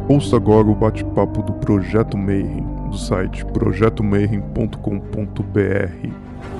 Ouça agora o bate-papo do Projeto Mayhem, do site projetomayhem.com.br.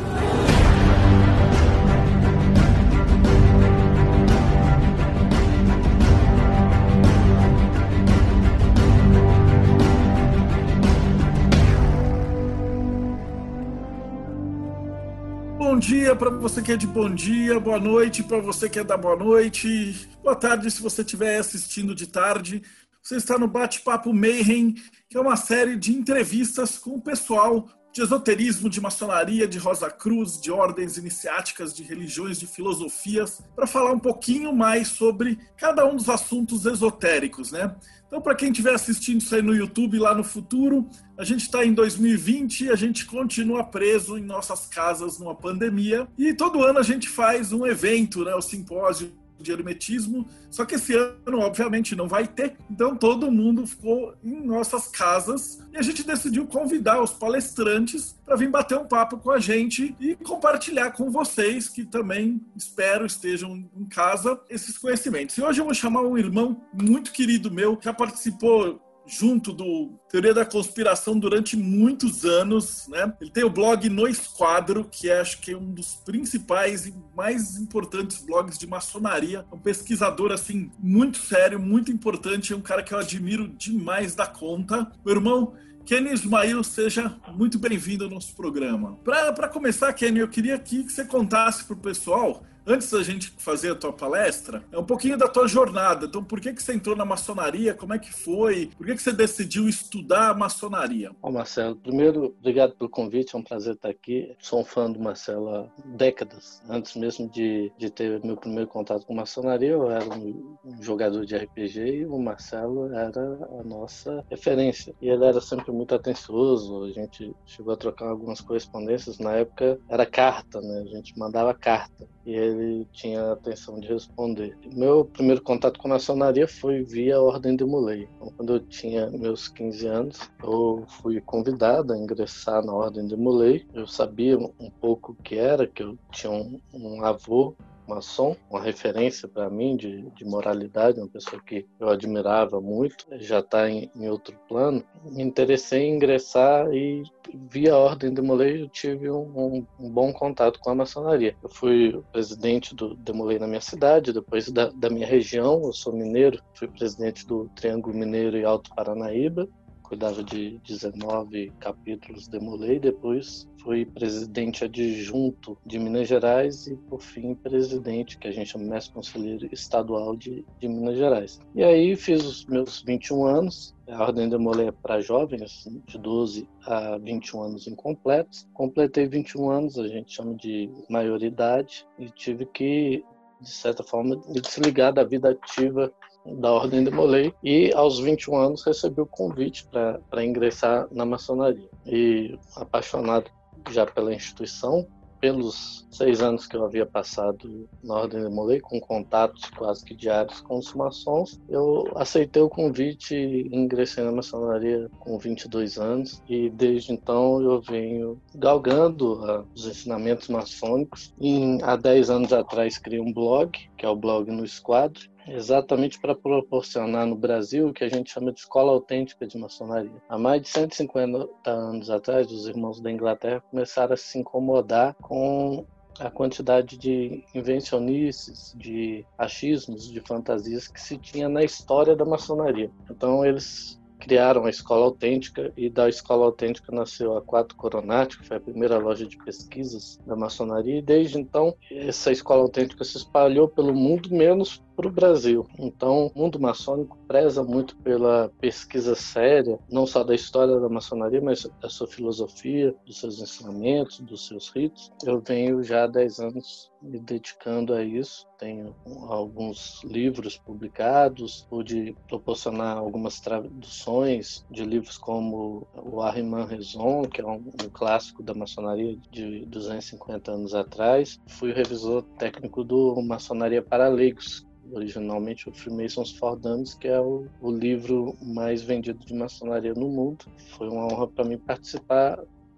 Bom dia para você que é de bom dia, boa noite para você que é da boa noite, boa tarde se você estiver assistindo de tarde. Você está no Bate-Papo Mayhem, que é uma série de entrevistas com o pessoal de esoterismo, de maçonaria, de Rosa Cruz, de ordens iniciáticas, de religiões, de filosofias, para falar um pouquinho mais sobre cada um dos assuntos esotéricos, né? Então, para quem estiver assistindo isso aí no YouTube lá no futuro, a gente está em 2020 e a gente continua preso em nossas casas numa pandemia. E todo ano a gente faz um evento, né? O simpósio de hermetismo, só que esse ano obviamente não vai ter, então todo mundo ficou em nossas casas e a gente decidiu convidar os palestrantes para vir bater um papo com a gente e compartilhar com vocês que também espero estejam em casa esses conhecimentos. E hoje eu vou chamar um irmão muito querido meu, que já participou junto do Teoria da Conspiração durante muitos anos, né? Ele tem o blog No Esquadro, que acho que é um dos principais e mais importantes blogs de maçonaria. É um pesquisador, assim, muito sério, muito importante, é um cara que eu admiro demais da conta. Meu irmão Kenny Ismail, seja muito bem-vindo ao nosso programa. Para começar, Kenny, eu queria aqui que você contasse para o pessoal, antes da gente fazer a tua palestra, um pouquinho da tua jornada. Então, por que você entrou na maçonaria? Como é que foi? Por que você decidiu estudar a maçonaria? Bom, Marcelo, primeiro, obrigado pelo convite, é um prazer estar aqui. Sou um fã do Marcelo há décadas. Antes mesmo de ter meu primeiro contato com maçonaria, eu era um jogador de RPG e o Marcelo era a nossa referência. E ele era sempre muito atencioso, a gente chegou a trocar algumas correspondências. Na época era carta, né? A gente mandava carta. E ele tinha a atenção de responder. Meu primeiro contato com a maçonaria foi via Ordem de Molay. Então, quando eu tinha meus 15 anos, eu fui convidado a ingressar na Ordem de Molay. Eu sabia um pouco o que era, que eu tinha um avô maçom, uma referência para mim de moralidade, uma pessoa que eu admirava muito, já está em outro plano. Me interessei em ingressar e via Ordem de Molay eu tive um bom contato com a maçonaria. Eu fui presidente do Demolay na minha cidade, depois da minha região, eu sou mineiro, fui presidente do Triângulo Mineiro e Alto Paranaíba, cuidava de 19 capítulos de Demolay, depois fui presidente adjunto de Minas Gerais e, por fim, presidente, que a gente chama mestre conselheiro estadual de Minas Gerais. E aí fiz os meus 21 anos, a Ordem de Demolay é para jovens, de 12 a 21 anos incompletos. Completei 21 anos, a gente chama de maioridade, e tive que, de certa forma, me desligar da vida ativa da Ordem de Molay e aos 21 anos recebi o convite para ingressar na maçonaria. E apaixonado já pela instituição, pelos 6 anos que eu havia passado na Ordem de Molay, com contatos quase que diários com os maçons, eu aceitei o convite e ingressei na maçonaria com 22 anos e desde então eu venho galgando os ensinamentos maçônicos. Há 10 anos atrás criei um blog, que é o blog No Esquadro, exatamente para proporcionar no Brasil o que a gente chama de escola autêntica de maçonaria. Há mais de 150 anos atrás, os irmãos da Inglaterra começaram a se incomodar com a quantidade de invencionices, de achismos, de fantasias que se tinha na história da maçonaria. Então eles criaram a Escola Autêntica e da Escola Autêntica nasceu a Quatro Coronati, que foi a primeira loja de pesquisas da maçonaria, e desde então essa Escola Autêntica se espalhou pelo mundo, menos para o Brasil. Então o mundo maçônico preza muito pela pesquisa séria, não só da história da maçonaria, mas da sua filosofia, dos seus ensinamentos, dos seus ritos. Eu venho já há 10 anos me dedicando a isso. Tenho alguns livros publicados, pude proporcionar algumas traduções de livros como o Ahriman Rezon, que é um clássico da maçonaria de 250 anos atrás. Fui o revisor técnico do Maçonaria para Leigos, originalmente o Freemasons for Dummies, que é o livro mais vendido de maçonaria no mundo. Foi uma honra para mim participar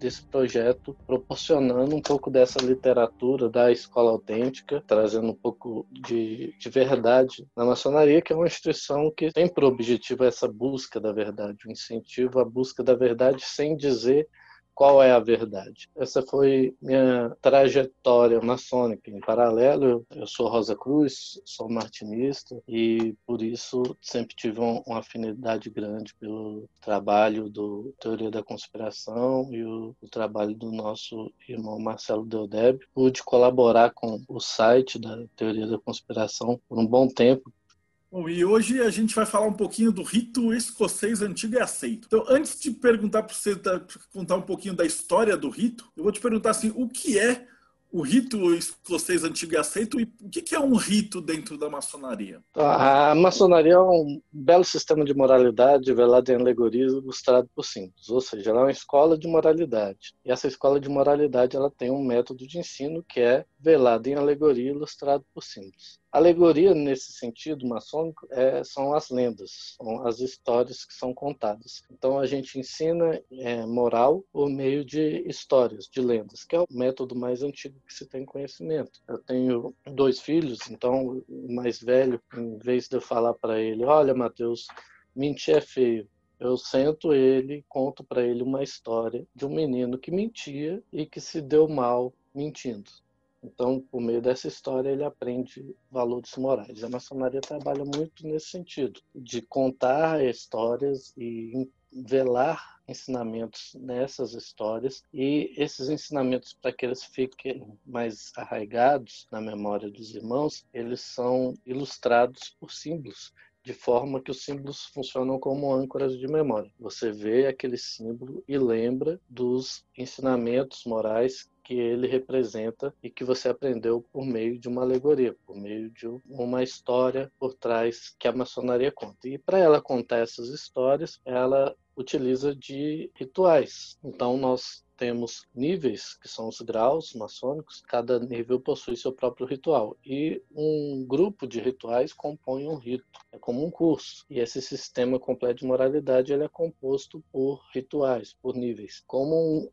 desse projeto, proporcionando um pouco dessa literatura da escola autêntica, trazendo um pouco de verdade na maçonaria, que é uma instituição que tem por objetivo essa busca da verdade, o incentivo à busca da verdade sem dizer qual é a verdade. Essa foi minha trajetória maçônica. Em paralelo, eu sou Rosa Cruz, sou martinista e, por isso, sempre tive uma afinidade grande pelo trabalho do Teoria da Conspiração e o trabalho do nosso irmão Marcelo Deodébio. Pude colaborar com o site da Teoria da Conspiração por um bom tempo. Bom, e hoje a gente vai falar um pouquinho do rito escocês antigo e aceito. Então, antes de perguntar para você contar um pouquinho da história do rito, eu vou te perguntar assim, o que é o rito escocês antigo e aceito e o que é um rito dentro da maçonaria? A maçonaria é um belo sistema de moralidade velado em alegorias ilustrado por símbolos, ou seja, ela é uma escola de moralidade. E essa escola de moralidade ela tem um método de ensino que é velado em alegoria ilustrado por símbolos. Alegoria, nesse sentido maçônico, são as lendas, são as histórias que são contadas. Então, a gente ensina moral por meio de histórias, de lendas, que é o método mais antigo que se tem conhecimento. Eu tenho 2 filhos, então o mais velho, em vez de eu falar para ele, olha, Mateus, mentir é feio, eu sento ele e conto para ele uma história de um menino que mentia e que se deu mal mentindo. Então, por meio dessa história, ele aprende valores morais. A maçonaria trabalha muito nesse sentido, de contar histórias e velar ensinamentos nessas histórias, e esses ensinamentos, para que eles fiquem mais arraigados na memória dos irmãos, eles são ilustrados por símbolos, de forma que os símbolos funcionam como âncoras de memória. Você vê aquele símbolo e lembra dos ensinamentos morais que ele representa e que você aprendeu por meio de uma alegoria, por meio de uma história por trás que a maçonaria conta. E para ela contar essas histórias, ela utiliza de rituais. Então nós temos níveis, que são os graus maçônicos, cada nível possui seu próprio ritual. E um grupo de rituais compõe um rito, é como um curso. E esse sistema completo de moralidade ele é composto por rituais, por níveis. Como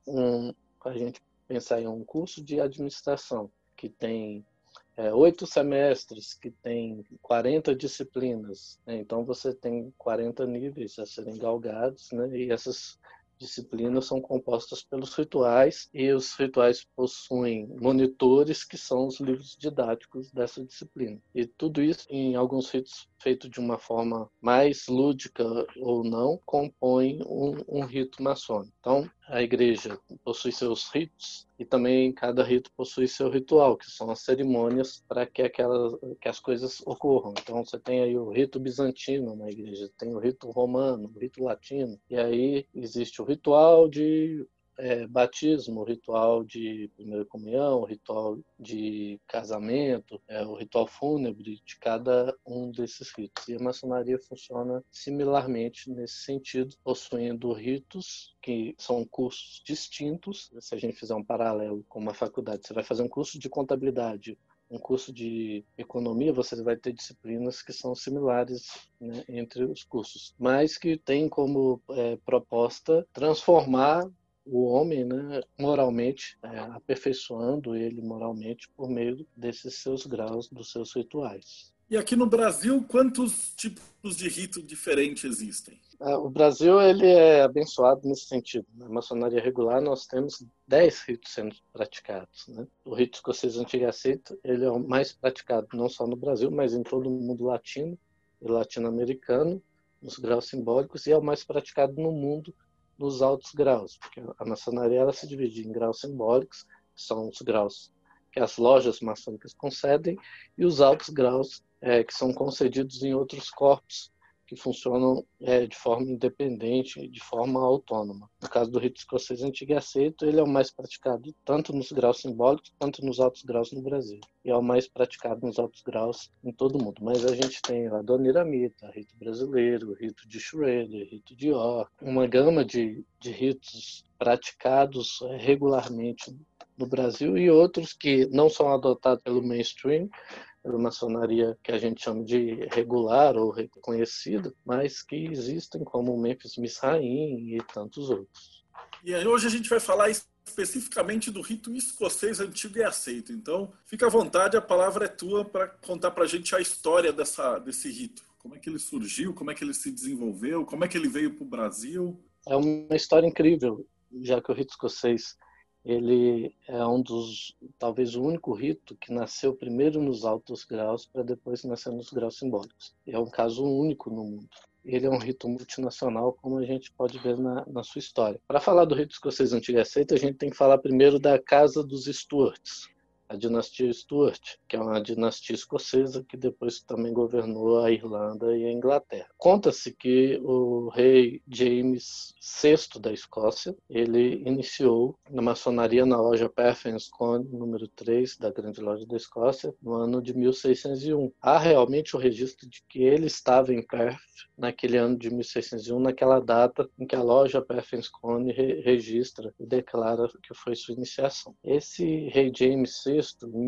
a gente pensar em um curso de administração que tem 8 semestres, que tem 40 disciplinas, né? Então você tem 40 níveis a serem galgados, né? E essas disciplinas são compostas pelos rituais, e os rituais possuem monitores que são os livros didáticos dessa disciplina. E tudo isso, em alguns ritos feito de uma forma mais lúdica ou não, compõe um rito maçônico. Então, a igreja possui seus ritos e também cada rito possui seu ritual, que são as cerimônias para que as coisas ocorram. Então, você tem aí o rito bizantino na igreja, tem o rito romano, o rito latino, e aí existe o ritual de batismo, o ritual de primeira comunhão, o ritual de casamento, o ritual fúnebre de cada um desses ritos. E a maçonaria funciona similarmente nesse sentido, possuindo ritos que são cursos distintos. Se a gente fizer um paralelo com uma faculdade, você vai fazer um curso de contabilidade, um curso de economia, você vai ter disciplinas que são similares, né, entre os cursos, mas que tem como proposta transformar o homem, né, moralmente, aperfeiçoando ele moralmente por meio desses seus graus, dos seus rituais. E aqui no Brasil, quantos tipos de rito diferentes existem? O Brasil ele é abençoado nesse sentido. Na maçonaria regular nós temos 10 ritos sendo praticados, né? O rito escocês antigo e aceito ele é o mais praticado não só no Brasil, mas em todo o mundo latino e latino-americano, nos graus simbólicos, e é o mais praticado no mundo nos altos graus, porque a maçonaria ela se divide em graus simbólicos, que são os graus que as lojas maçônicas concedem, e os altos graus que são concedidos em outros corpos, que funcionam de forma independente, de forma autônoma. No caso do rito escocês antigo e aceito, ele é o mais praticado tanto nos graus simbólicos quanto nos altos graus no Brasil. E é o mais praticado nos altos graus em todo o mundo. Mas a gente tem a Adoniramita, rito brasileiro, rito de Schroeder, rito de York, uma gama de ritos praticados regularmente no Brasil, e outros que não são adotados pelo mainstream, pela maçonaria que a gente chama de regular ou reconhecida, mas que existem como o Memphis Misraim e tantos outros. E aí, hoje a gente vai falar especificamente do rito escocês antigo e aceito. Então, fica à vontade, a palavra é tua para contar para a gente a história desse rito. Como é que ele surgiu, como é que ele se desenvolveu, como é que ele veio para o Brasil. É uma história incrível, já que o rito escocês ele é talvez o único rito que nasceu primeiro nos altos graus para depois nascer nos graus simbólicos. É um caso único no mundo. Ele é um rito multinacional, como a gente pode ver na sua história. Para falar do rito escocês antigo e aceito, a gente tem que falar primeiro da Casa dos Stuarts, a dinastia Stuart, que é uma dinastia escocesa que depois também governou a Irlanda e a Inglaterra. Conta-se que o rei James VI da Escócia, ele iniciou na maçonaria na loja Perthens Cone, número 3 da Grande Loja da Escócia, no ano de 1601. Há realmente o registro de que ele estava em Perth naquele ano de 1601, naquela data em que a loja Perthens Cone registra e declara que foi sua iniciação. Esse rei James VI, em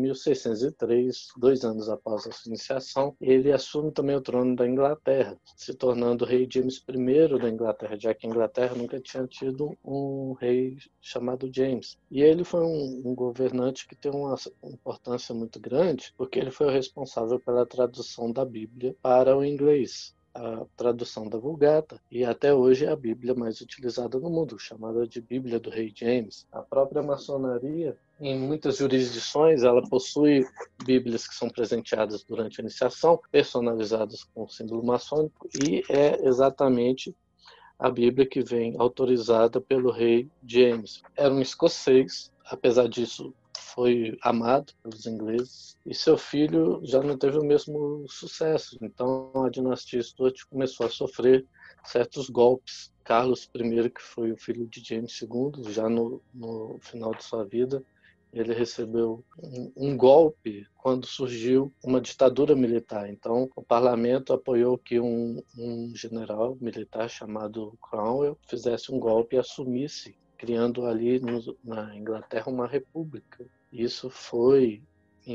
1603, 2 anos após a sua iniciação, ele assume também o trono da Inglaterra, se tornando o rei James I da Inglaterra, já que a Inglaterra nunca tinha tido um rei chamado James. E ele foi um governante que tem uma importância muito grande, porque ele foi o responsável pela tradução da Bíblia para o inglês, a tradução da Vulgata, e até hoje é a Bíblia mais utilizada no mundo, chamada de Bíblia do Rei James. A própria maçonaria, em muitas jurisdições, ela possui bíblias que são presenteadas durante a iniciação, personalizadas com o símbolo maçônico, e é exatamente a Bíblia que vem autorizada pelo rei James. Era um escocês, apesar disso foi amado pelos ingleses, e seu filho já não teve o mesmo sucesso. Então a dinastia Stuart começou a sofrer certos golpes. Carlos I, que foi o filho de James II, já no final de sua vida, ele recebeu um golpe quando surgiu uma ditadura militar. Então, o parlamento apoiou que um general militar chamado Cromwell fizesse um golpe e assumisse, criando ali na Inglaterra uma república. Isso foi em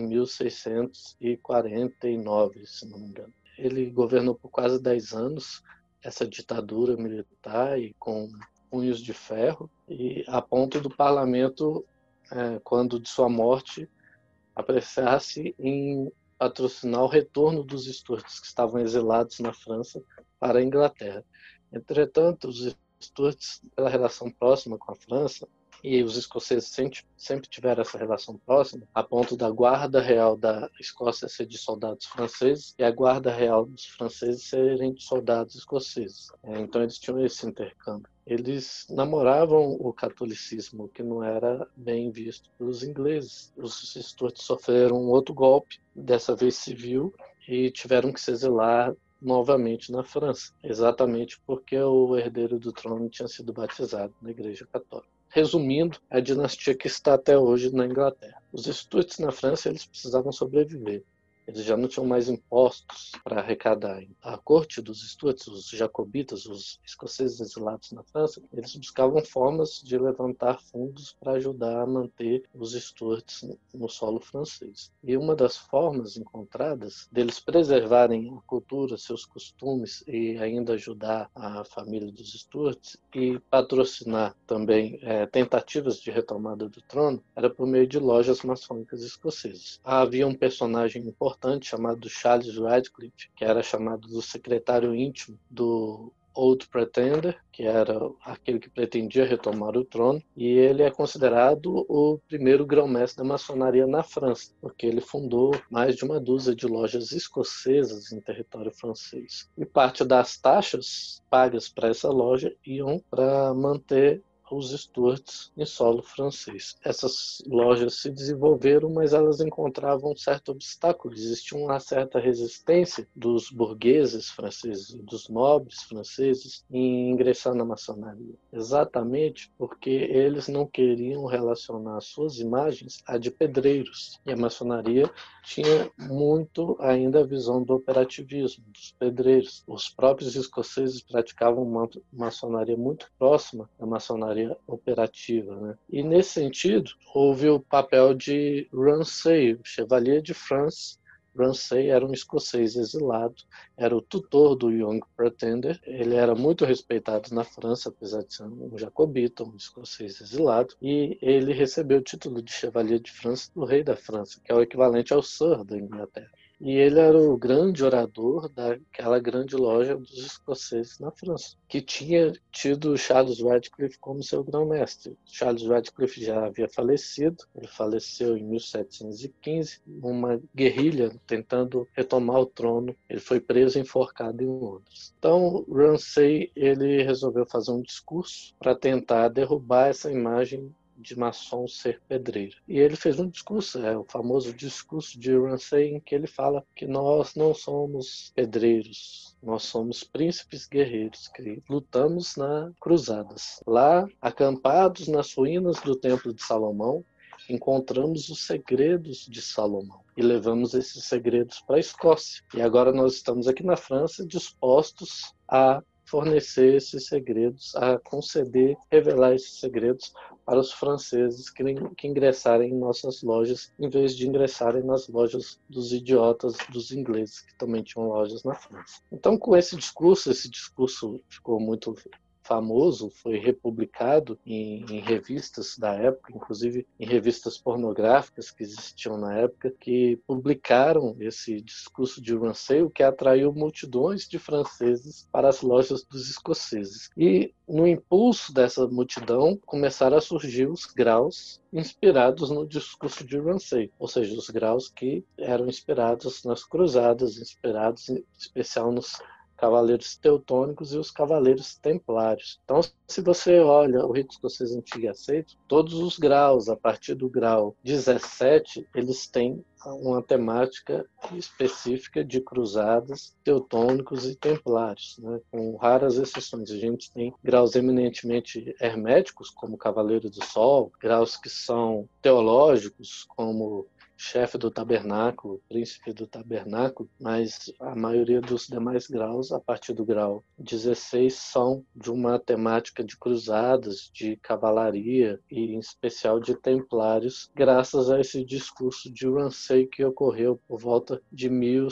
1649, se não me engano. Ele governou por quase 10 anos, essa ditadura militar, e com punhos de ferro, e a ponto do parlamento, quando de sua morte, apressar-se em patrocinar o retorno dos Stuarts, que estavam exilados na França, para a Inglaterra. Entretanto, os Stuarts, pela relação próxima com a França, e os escoceses sempre tiveram essa relação próxima, a ponto da guarda real da Escócia ser de soldados franceses e a guarda real dos franceses serem de soldados escoceses. Então eles tinham esse intercâmbio. Eles namoravam o catolicismo, que não era bem visto pelos ingleses. Os Stuarts sofreram um outro golpe, dessa vez civil, e tiveram que se exilar novamente na França, exatamente porque o herdeiro do trono tinha sido batizado na Igreja Católica. Resumindo, a dinastia que está até hoje na Inglaterra. Os Stuarts na França, eles precisavam sobreviver. Eles já não tinham mais impostos para arrecadar. A corte dos Stuarts, os jacobitas, os escoceses exilados na França, eles buscavam formas de levantar fundos para ajudar a manter os Stuarts no solo francês. E uma das formas encontradas deles preservarem a cultura, seus costumes e ainda ajudar a família dos Stuarts e patrocinar também tentativas de retomada do trono era por meio de lojas maçônicas escocesas. Havia um personagem importante chamado Charles Radcliffe, que era chamado do secretário íntimo do Old Pretender, que era aquele que pretendia retomar o trono, e ele é considerado o primeiro grão-mestre da maçonaria na França, porque ele fundou mais de uma dúzia de lojas escocesas em território francês. E parte das taxas pagas para essa loja iam para manter os Stuarts em solo francês. Essas lojas se desenvolveram, mas elas encontravam um certo obstáculo. Existia uma certa resistência dos burgueses franceses e dos nobres franceses em ingressar na maçonaria, exatamente porque eles não queriam relacionar suas imagens à de pedreiros. E a maçonaria tinha muito ainda a visão do operativismo, dos pedreiros. Os próprios escoceses praticavam uma maçonaria muito próxima da maçonaria operativa, né? E nesse sentido, houve o papel de Ramsay, o Chevalier de France, Ramsay era um escocês exilado, era o tutor do Young Pretender. Ele era muito respeitado na França, apesar de ser um jacobita, um escocês exilado, e ele recebeu o título de Chevalier de França do rei da França, que é o equivalente ao Sir da Inglaterra. E ele era o grande orador daquela grande loja dos escoceses na França, que tinha tido Charles Radcliffe como seu grão-mestre. Charles Radcliffe já havia falecido, ele faleceu em 1715, numa guerrilha tentando retomar o trono. Ele foi preso e enforcado em Londres. Então, Ramsay ele resolveu fazer um discurso para tentar derrubar essa imagem de maçom ser pedreiro. E ele fez um discurso, o famoso discurso de Ramsay, em que ele fala que nós não somos pedreiros, nós somos príncipes guerreiros que lutamos nas cruzadas. Lá, acampados nas ruínas do Templo de Salomão, encontramos os segredos de Salomão e levamos esses segredos para a Escócia. E agora nós estamos aqui na França dispostos a fornecer esses segredos, a conceder, revelar esses segredos para os franceses que ingressarem em nossas lojas, em vez de ingressarem nas lojas dos idiotas dos ingleses, que também tinham lojas na França. Então, com esse discurso ficou muito famoso, foi republicado em revistas da época, inclusive em revistas pornográficas que existiam na época, que publicaram esse discurso de Ramsay, o que atraiu multidões de franceses para as lojas dos escoceses. E no impulso dessa multidão começaram a surgir os graus inspirados no discurso de Ramsay, ou seja, os graus que eram inspirados nas cruzadas, inspirados em especial nos cavaleiros teutônicos e os cavaleiros templários. Então, se você olha o rito escocês antigo e aceito, todos os graus, a partir do grau 17, eles têm uma temática específica de cruzadas, teutônicos e templários, né? Com raras exceções. A gente tem graus eminentemente herméticos, como Cavaleiro do Sol, graus que são teológicos, como chefe do tabernáculo, príncipe do tabernáculo, mas a maioria dos demais graus, a partir do grau 16, são de uma temática de cruzadas, de cavalaria e, em especial, de templários, graças a esse discurso de Ramsay que ocorreu por volta de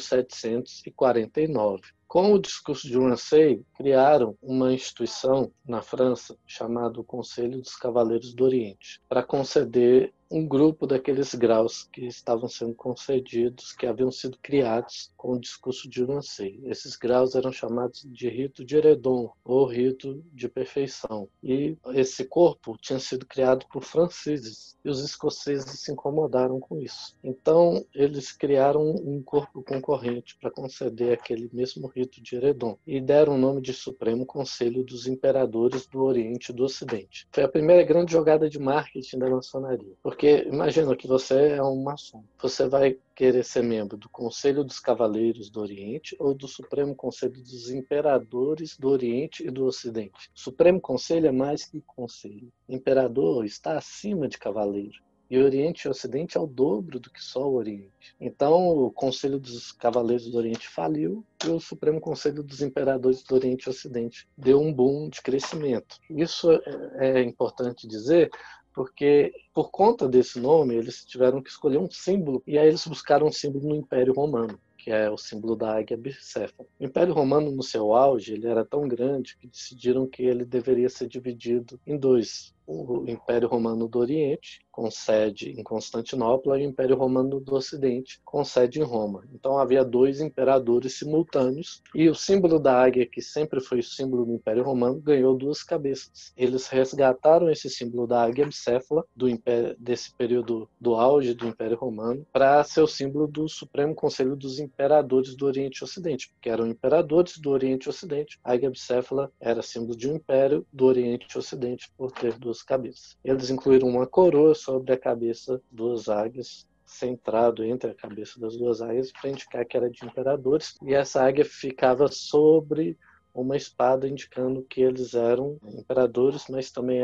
1749. Com o discurso de Ramsay, criaram uma instituição na França chamada Conselho dos Cavaleiros do Oriente, para conceder um grupo daqueles graus que estavam sendo concedidos, que haviam sido criados com o discurso de Ramsay. Esses graus eram chamados de rito de Eredon, ou rito de perfeição. E esse corpo tinha sido criado por franceses, e os escoceses se incomodaram com isso. Então, eles criaram um corpo concorrente para conceder aquele mesmo rito de Eredon, e deram o nome de Supremo Conselho dos Imperadores do Oriente e do Ocidente. Foi a primeira grande jogada de marketing da maçonaria. Porque imagina que você é um maçom. Você vai querer ser membro do Conselho dos Cavaleiros do Oriente ou do Supremo Conselho dos Imperadores do Oriente e do Ocidente. O Supremo Conselho é mais que conselho. O imperador está acima de cavaleiro. E o Oriente e o Ocidente é o dobro do que só o Oriente. Então, o Conselho dos Cavaleiros do Oriente faliu e o Supremo Conselho dos Imperadores do Oriente e Ocidente deu um boom de crescimento. Isso é importante dizer, porque por conta desse nome eles tiveram que escolher um símbolo, e aí eles buscaram um símbolo no Império Romano, que é o símbolo da águia bicéfala. O Império Romano, no seu auge, ele era tão grande que decidiram que ele deveria ser dividido em dois. O Império Romano do Oriente, com sede em Constantinopla, e o Império Romano do Ocidente, com sede em Roma. Então havia dois imperadores simultâneos, e o símbolo da águia, que sempre foi o símbolo do Império Romano, ganhou duas cabeças. Eles resgataram esse símbolo da águia bicéfala desse período do auge do Império Romano para ser o símbolo do Supremo Conselho dos Imperadores do Oriente e Ocidente, porque eram imperadores do Oriente e Ocidente. A águia bicéfala era símbolo de um império do Oriente e Ocidente por ter duas cabeças. Eles incluíram uma coroa sobre a cabeça das águias, centrado entre a cabeça das duas águias, para indicar que era de imperadores, e essa águia ficava sobre uma espada, indicando que eles eram imperadores, mas também eram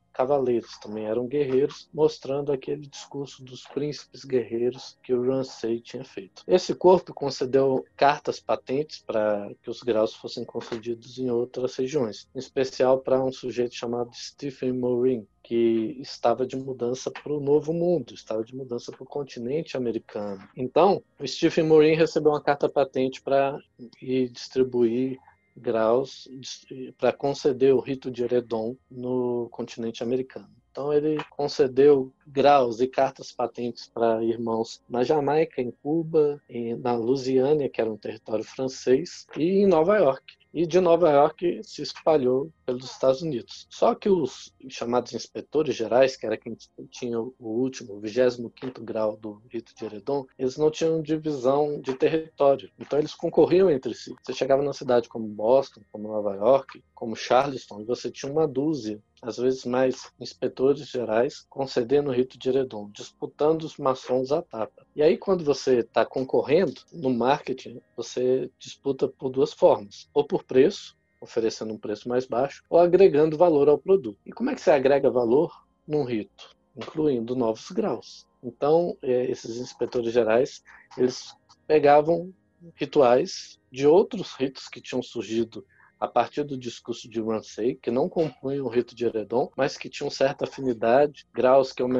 cavaleiros, também eram guerreiros, mostrando aquele discurso dos príncipes guerreiros que o Ramsay tinha feito. Esse corpo concedeu cartas patentes para que os graus fossem concedidos em outras regiões, em especial para um sujeito chamado Stephen Morin, que estava de mudança para o Novo Mundo, estava de mudança para o continente americano. Então, o Stephen Morin recebeu uma carta patente para ir distribuir graus, para conceder o rito de Eredon no continente americano. Então ele concedeu graus e cartas patentes para irmãos na Jamaica, em Cuba, na Louisiana, que era um território francês, e em Nova York. E de Nova York se espalhou pelos Estados Unidos. Só que os chamados inspetores gerais, que era quem tinha o último, o 25º grau do rito de Eredon, eles não tinham divisão de território. Então eles concorriam entre si. Você chegava numa cidade como Boston, como Nova York, como Charleston, e você tinha uma dúzia, às vezes mais, inspetores gerais concedendo o rito de Eredon, disputando os maçons à tapa. E aí, quando você está concorrendo no marketing, você disputa por duas formas: ou por preço, oferecendo um preço mais baixo, ou agregando valor ao produto. E como é que você agrega valor num rito? Incluindo novos graus. Então, esses inspetores gerais, eles pegavam rituais de outros ritos que tinham surgido a partir do discurso de Ramsay, que não compunham o rito de Eredon, mas que tinham certa afinidade, graus que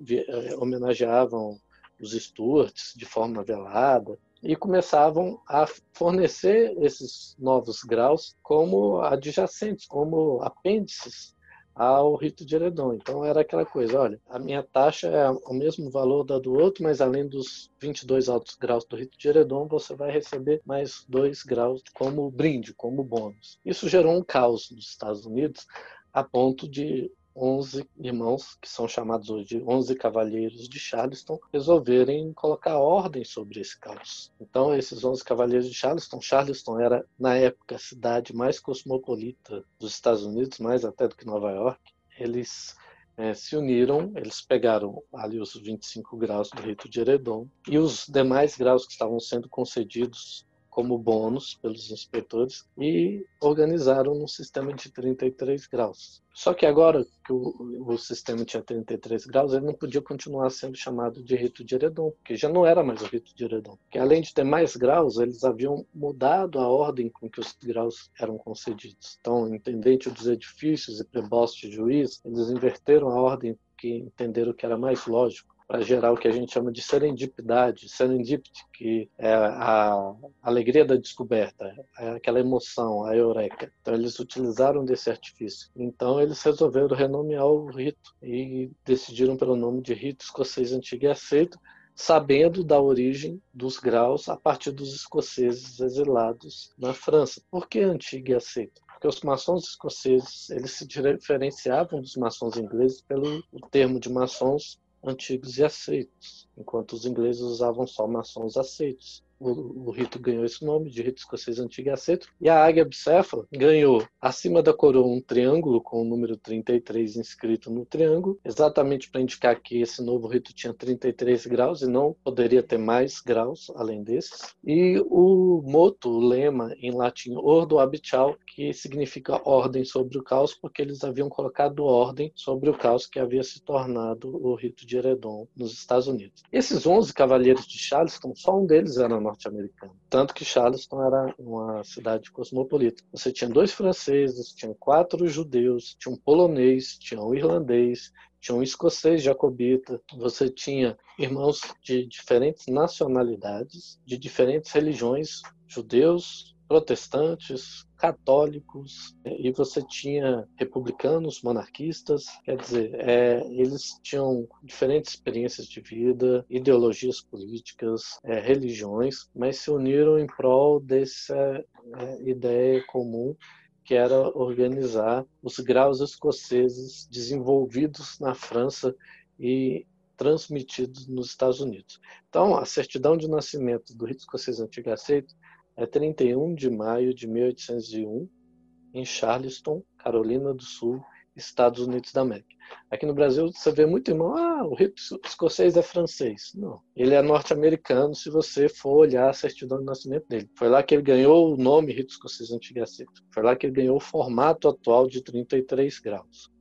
homenageavam os Stuarts de forma velada, e começavam a fornecer esses novos graus como adjacentes, como apêndices ao rito de Eredon. Então era aquela coisa: olha, a minha taxa é o mesmo valor da do outro, mas além dos 22 altos graus do rito de Eredon, você vai receber mais 2 graus como brinde, como bônus. Isso gerou um caos nos Estados Unidos, a ponto de 11 irmãos, que são chamados hoje de 11 Cavalheiros de Charleston, resolverem colocar ordem sobre esse caos. Então, esses 11 Cavalheiros de Charleston era, na época, a cidade mais cosmopolita dos Estados Unidos, mais até do que Nova York. Eles se uniram, eles pegaram ali os 25 graus do rito de Eredon e os demais graus que estavam sendo concedidos como bônus pelos inspetores e organizaram um sistema de 33 graus. Só que agora que o sistema tinha 33 graus, ele não podia continuar sendo chamado de rito de Eredon, porque já não era mais o rito de Eredon. Porque além de ter mais graus, eles haviam mudado a ordem com que os graus eram concedidos. Então, intendente dos edifícios e preboste de juiz, eles inverteram a ordem que entenderam que era mais lógico, para gerar o que a gente chama de serendipidade, serendipity, que é a alegria da descoberta, é aquela emoção, a eureka. Então eles utilizaram desse artifício. Então eles resolveram renomear o rito e decidiram pelo nome de Rito Escocês Antigo e Aceito, sabendo da origem dos graus a partir dos escoceses exilados na França. Por que Antigo e Aceito? Porque os maçons escoceses, eles se diferenciavam dos maçons ingleses pelo termo de maçons antigos e aceitos, enquanto os ingleses usavam só maçons aceitos. O rito ganhou esse nome de Rito Escocês Antigo e Aceito. E a águia bicéfala ganhou acima da coroa um triângulo com o número 33 inscrito no triângulo, exatamente para indicar que esse novo rito tinha 33 graus e não poderia ter mais graus além desses. E o motto, o lema em latim, Ordo Habitual, que significa ordem sobre o caos, porque eles haviam colocado ordem sobre o caos que havia se tornado o rito de Eredon nos Estados Unidos. Esses 11 cavaleiros de Charleston, só um deles era norte-americano. Tanto que Charleston era uma cidade cosmopolita. Você tinha 2 franceses, tinha 4 judeus, tinha um polonês, tinha um irlandês, tinha um escocês jacobita, você tinha irmãos de diferentes nacionalidades, de diferentes religiões, judeus, protestantes, católicos, e você tinha republicanos, monarquistas, quer dizer, eles tinham diferentes experiências de vida, ideologias políticas, religiões, mas se uniram em prol dessa ideia comum, que era organizar os graus escoceses desenvolvidos na França e transmitidos nos Estados Unidos. Então, a certidão de nascimento do rito escocês antigo aceito é 31 de maio de 1801, em Charleston, Carolina do Sul, Estados Unidos da América. Aqui no Brasil você vê muito irmão, o rito escocês é francês. Não, ele é norte-americano se você for olhar a certidão de nascimento dele. Foi lá que ele ganhou o nome Rito Escocês Antigo e Aceito. Foi lá que ele ganhou o formato atual de 33 graus.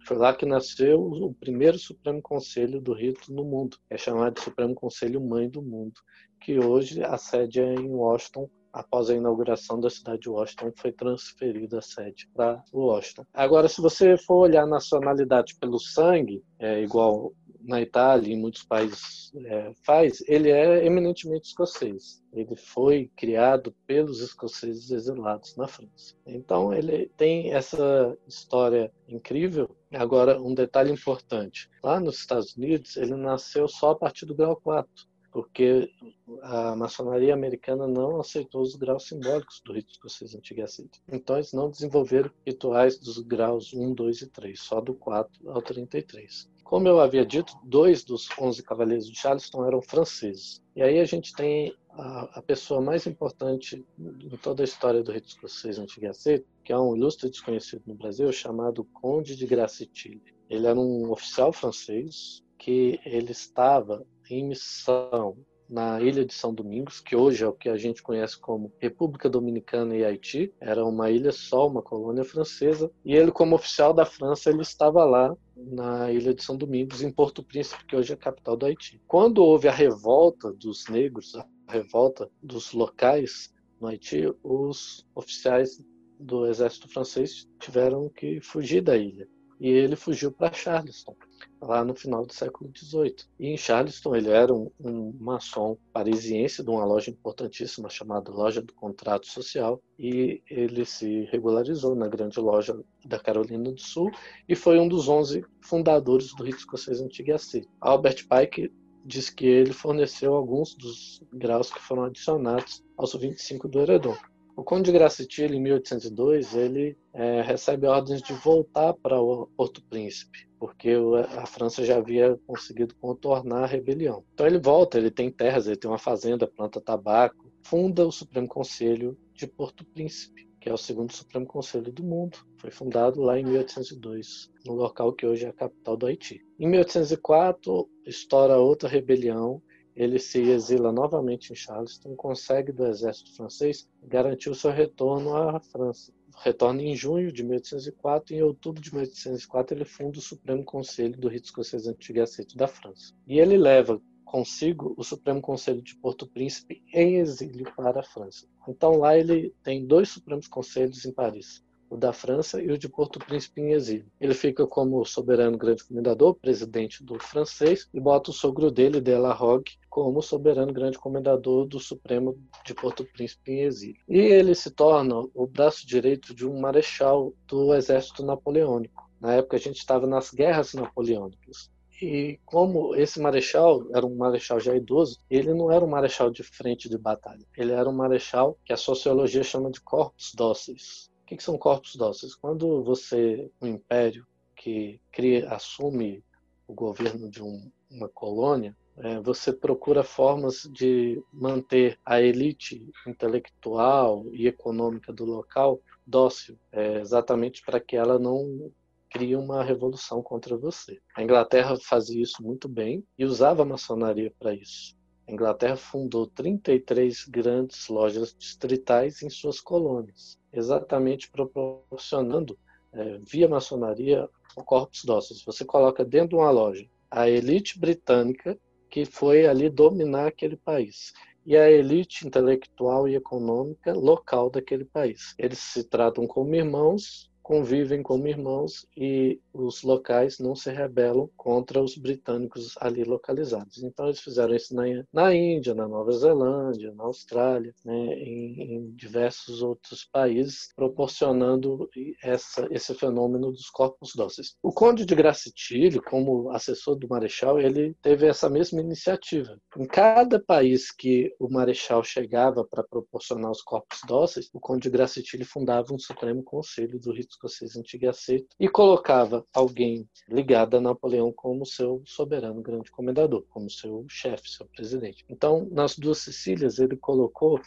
Foi lá que nasceu o primeiro Supremo Conselho do Rito no mundo. É chamado de Supremo Conselho Mãe do Mundo, que hoje a sede é em Washington. Após a inauguração da cidade de Washington, foi transferida a sede para Washington. Agora, se você for olhar a nacionalidade pelo sangue, igual na Itália e em muitos países faz, ele é eminentemente escocês. Ele foi criado pelos escoceses exilados na França. Então, ele tem essa história incrível. Agora, um detalhe importante. Lá nos Estados Unidos, ele nasceu só a partir do grau 4. Porque a maçonaria americana não aceitou os graus simbólicos do rito escocês antigo e aceito. Então, eles não desenvolveram rituais dos graus 1, 2 e 3, só do 4 ao 33. Como eu havia dito, 2 dos 11 cavaleiros de Charleston eram franceses. E aí a gente tem a pessoa mais importante em toda a história do rito escocês antigo e aceito, que é um ilustre desconhecido no Brasil, chamado Conde de Gracietilly. Ele era um oficial francês que ele estava em missão na ilha de São Domingos, que hoje é o que a gente conhece como República Dominicana e Haiti. Era uma ilha só, uma colônia francesa, e ele, como oficial da França, ele estava lá na ilha de São Domingos, em Porto Príncipe, que hoje é a capital do Haiti. Quando houve a revolta dos negros, a revolta dos locais no Haiti, os oficiais do exército francês tiveram que fugir da ilha. E ele fugiu para Charleston, lá no final do século XVIII. E em Charleston ele era um maçom parisiense de uma loja importantíssima chamada Loja do Contrato Social, e ele se regularizou na grande loja da Carolina do Sul e foi um dos 11 fundadores do rito escocês antigo e aceito. Albert Pike diz que ele forneceu alguns dos graus que foram adicionados aos 25 do Heredon. O Conde de Gracietilly, em 1802, ele recebe ordens de voltar para o Porto Príncipe, porque a França já havia conseguido contornar a rebelião. Então ele volta, ele tem terras, ele tem uma fazenda, planta tabaco, funda o Supremo Conselho de Porto Príncipe, que é o segundo Supremo Conselho do mundo. Foi fundado lá em 1802, no local que hoje é a capital do Haiti. Em 1804, estoura outra rebelião. Ele se exila novamente em Charleston, consegue do exército francês garantir o seu retorno à França. Retorna em junho de 1804 e em outubro de 1804 ele funda o Supremo Conselho do Rito Escocês Antigo e Aceito da França. E ele leva consigo o Supremo Conselho de Porto Príncipe em exílio para a França. Então lá ele tem 2 Supremos Conselhos em Paris, o da França e o de Porto Príncipe em exílio. Ele fica como soberano grande comendador, presidente do francês, e bota o sogro dele, de la Rogue, como soberano grande comendador do Supremo de Porto Príncipe em exílio. E ele se torna o braço direito de um marechal do exército napoleônico. Na época a gente estava nas guerras napoleônicas. E como esse marechal era um marechal já idoso, ele não era um marechal de frente de batalha. Ele era um marechal que a sociologia chama de corpus dóceis. O que são corpos dóceis? Quando um império que assume o governo de uma colônia, você procura formas de manter a elite intelectual e econômica do local dócil, exatamente para que ela não crie uma revolução contra você. A Inglaterra fazia isso muito bem e usava a maçonaria para isso. A Inglaterra fundou 33 grandes lojas distritais em suas colônias, exatamente proporcionando, via maçonaria, o corpus dóceis. Você coloca dentro de uma loja a elite britânica que foi ali dominar aquele país e a elite intelectual e econômica local daquele país. Eles se tratam como irmãos, convivem como irmãos e os locais não se rebelam contra os britânicos ali localizados. Então eles fizeram isso na Índia, na Nova Zelândia, na Austrália, né, em diversos outros países, proporcionando esse fenômeno dos corpos dóceis. O Conde de Gracietilly, como assessor do Marechal, ele teve essa mesma iniciativa. Em cada país que o Marechal chegava para proporcionar os corpos dóceis, o Conde de Gracietilly fundava um Supremo Conselho do Rito Escocês Antigo e Aceito e colocava alguém ligado a Napoleão como seu soberano grande comendador, como seu chefe, seu presidente. Então, nas Duas Sicílias, ele colocou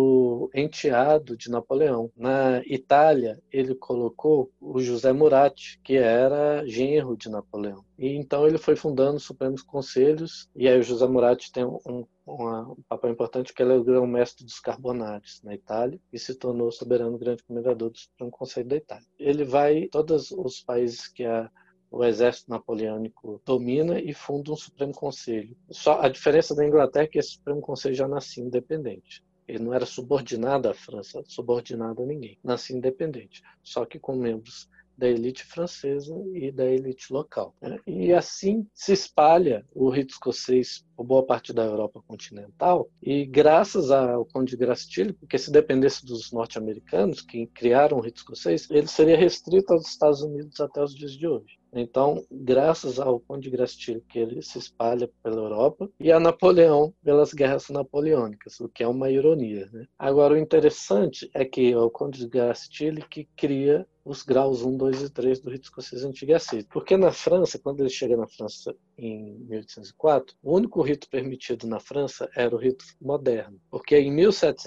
o enteado de Napoleão. Na Itália, ele colocou o José Murat, que era genro de Napoleão. E então ele foi fundando os Supremos Conselhos, e aí o José Murat tem um papel importante, que ele é o grão-mestre dos Carbonários na Itália e se tornou soberano grande comendador do Supremo Conselho da Itália. Ele vai todos os países que o exército napoleônico domina e funda um Supremo Conselho. Só a diferença da Inglaterra é que esse Supremo Conselho já nascia independente. Ele não era subordinado à França, subordinado a ninguém. Nascia independente, só que com membros da elite francesa e da elite local. E assim se espalha o rito escocês por boa parte da Europa continental, e graças ao Conde de Gracechille, porque se dependesse dos norte-americanos, que criaram o rito escocês, ele seria restrito aos Estados Unidos até os dias de hoje. Então, graças ao Conde de Gracechille, que ele se espalha pela Europa, e a Napoleão pelas guerras napoleônicas, o que é uma ironia, né? Agora, o interessante é que é o Conde de Gracechille que cria os graus 1, 2 e 3 do rito escocês antigo e aceito. Porque na França, quando ele chega na França em 1804, o único rito permitido na França era o rito moderno. Porque em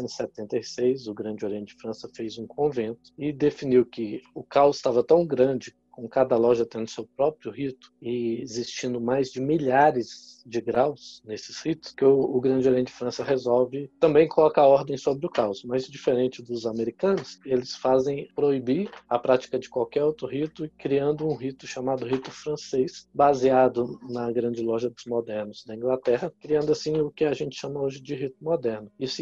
1776, o Grande Oriente de França fez um convento e definiu que o caos estava tão grande, com cada loja tendo seu próprio rito e existindo mais de milhares de graus nesses ritos, que o Grande Oriente de França resolve também colocar ordem sobre o caos. Mas diferente dos americanos, eles fazem proibir a prática de qualquer outro rito, criando um rito chamado rito francês, baseado na Grande Loja dos Modernos da Inglaterra, criando assim o que a gente chama hoje de rito moderno. Isso em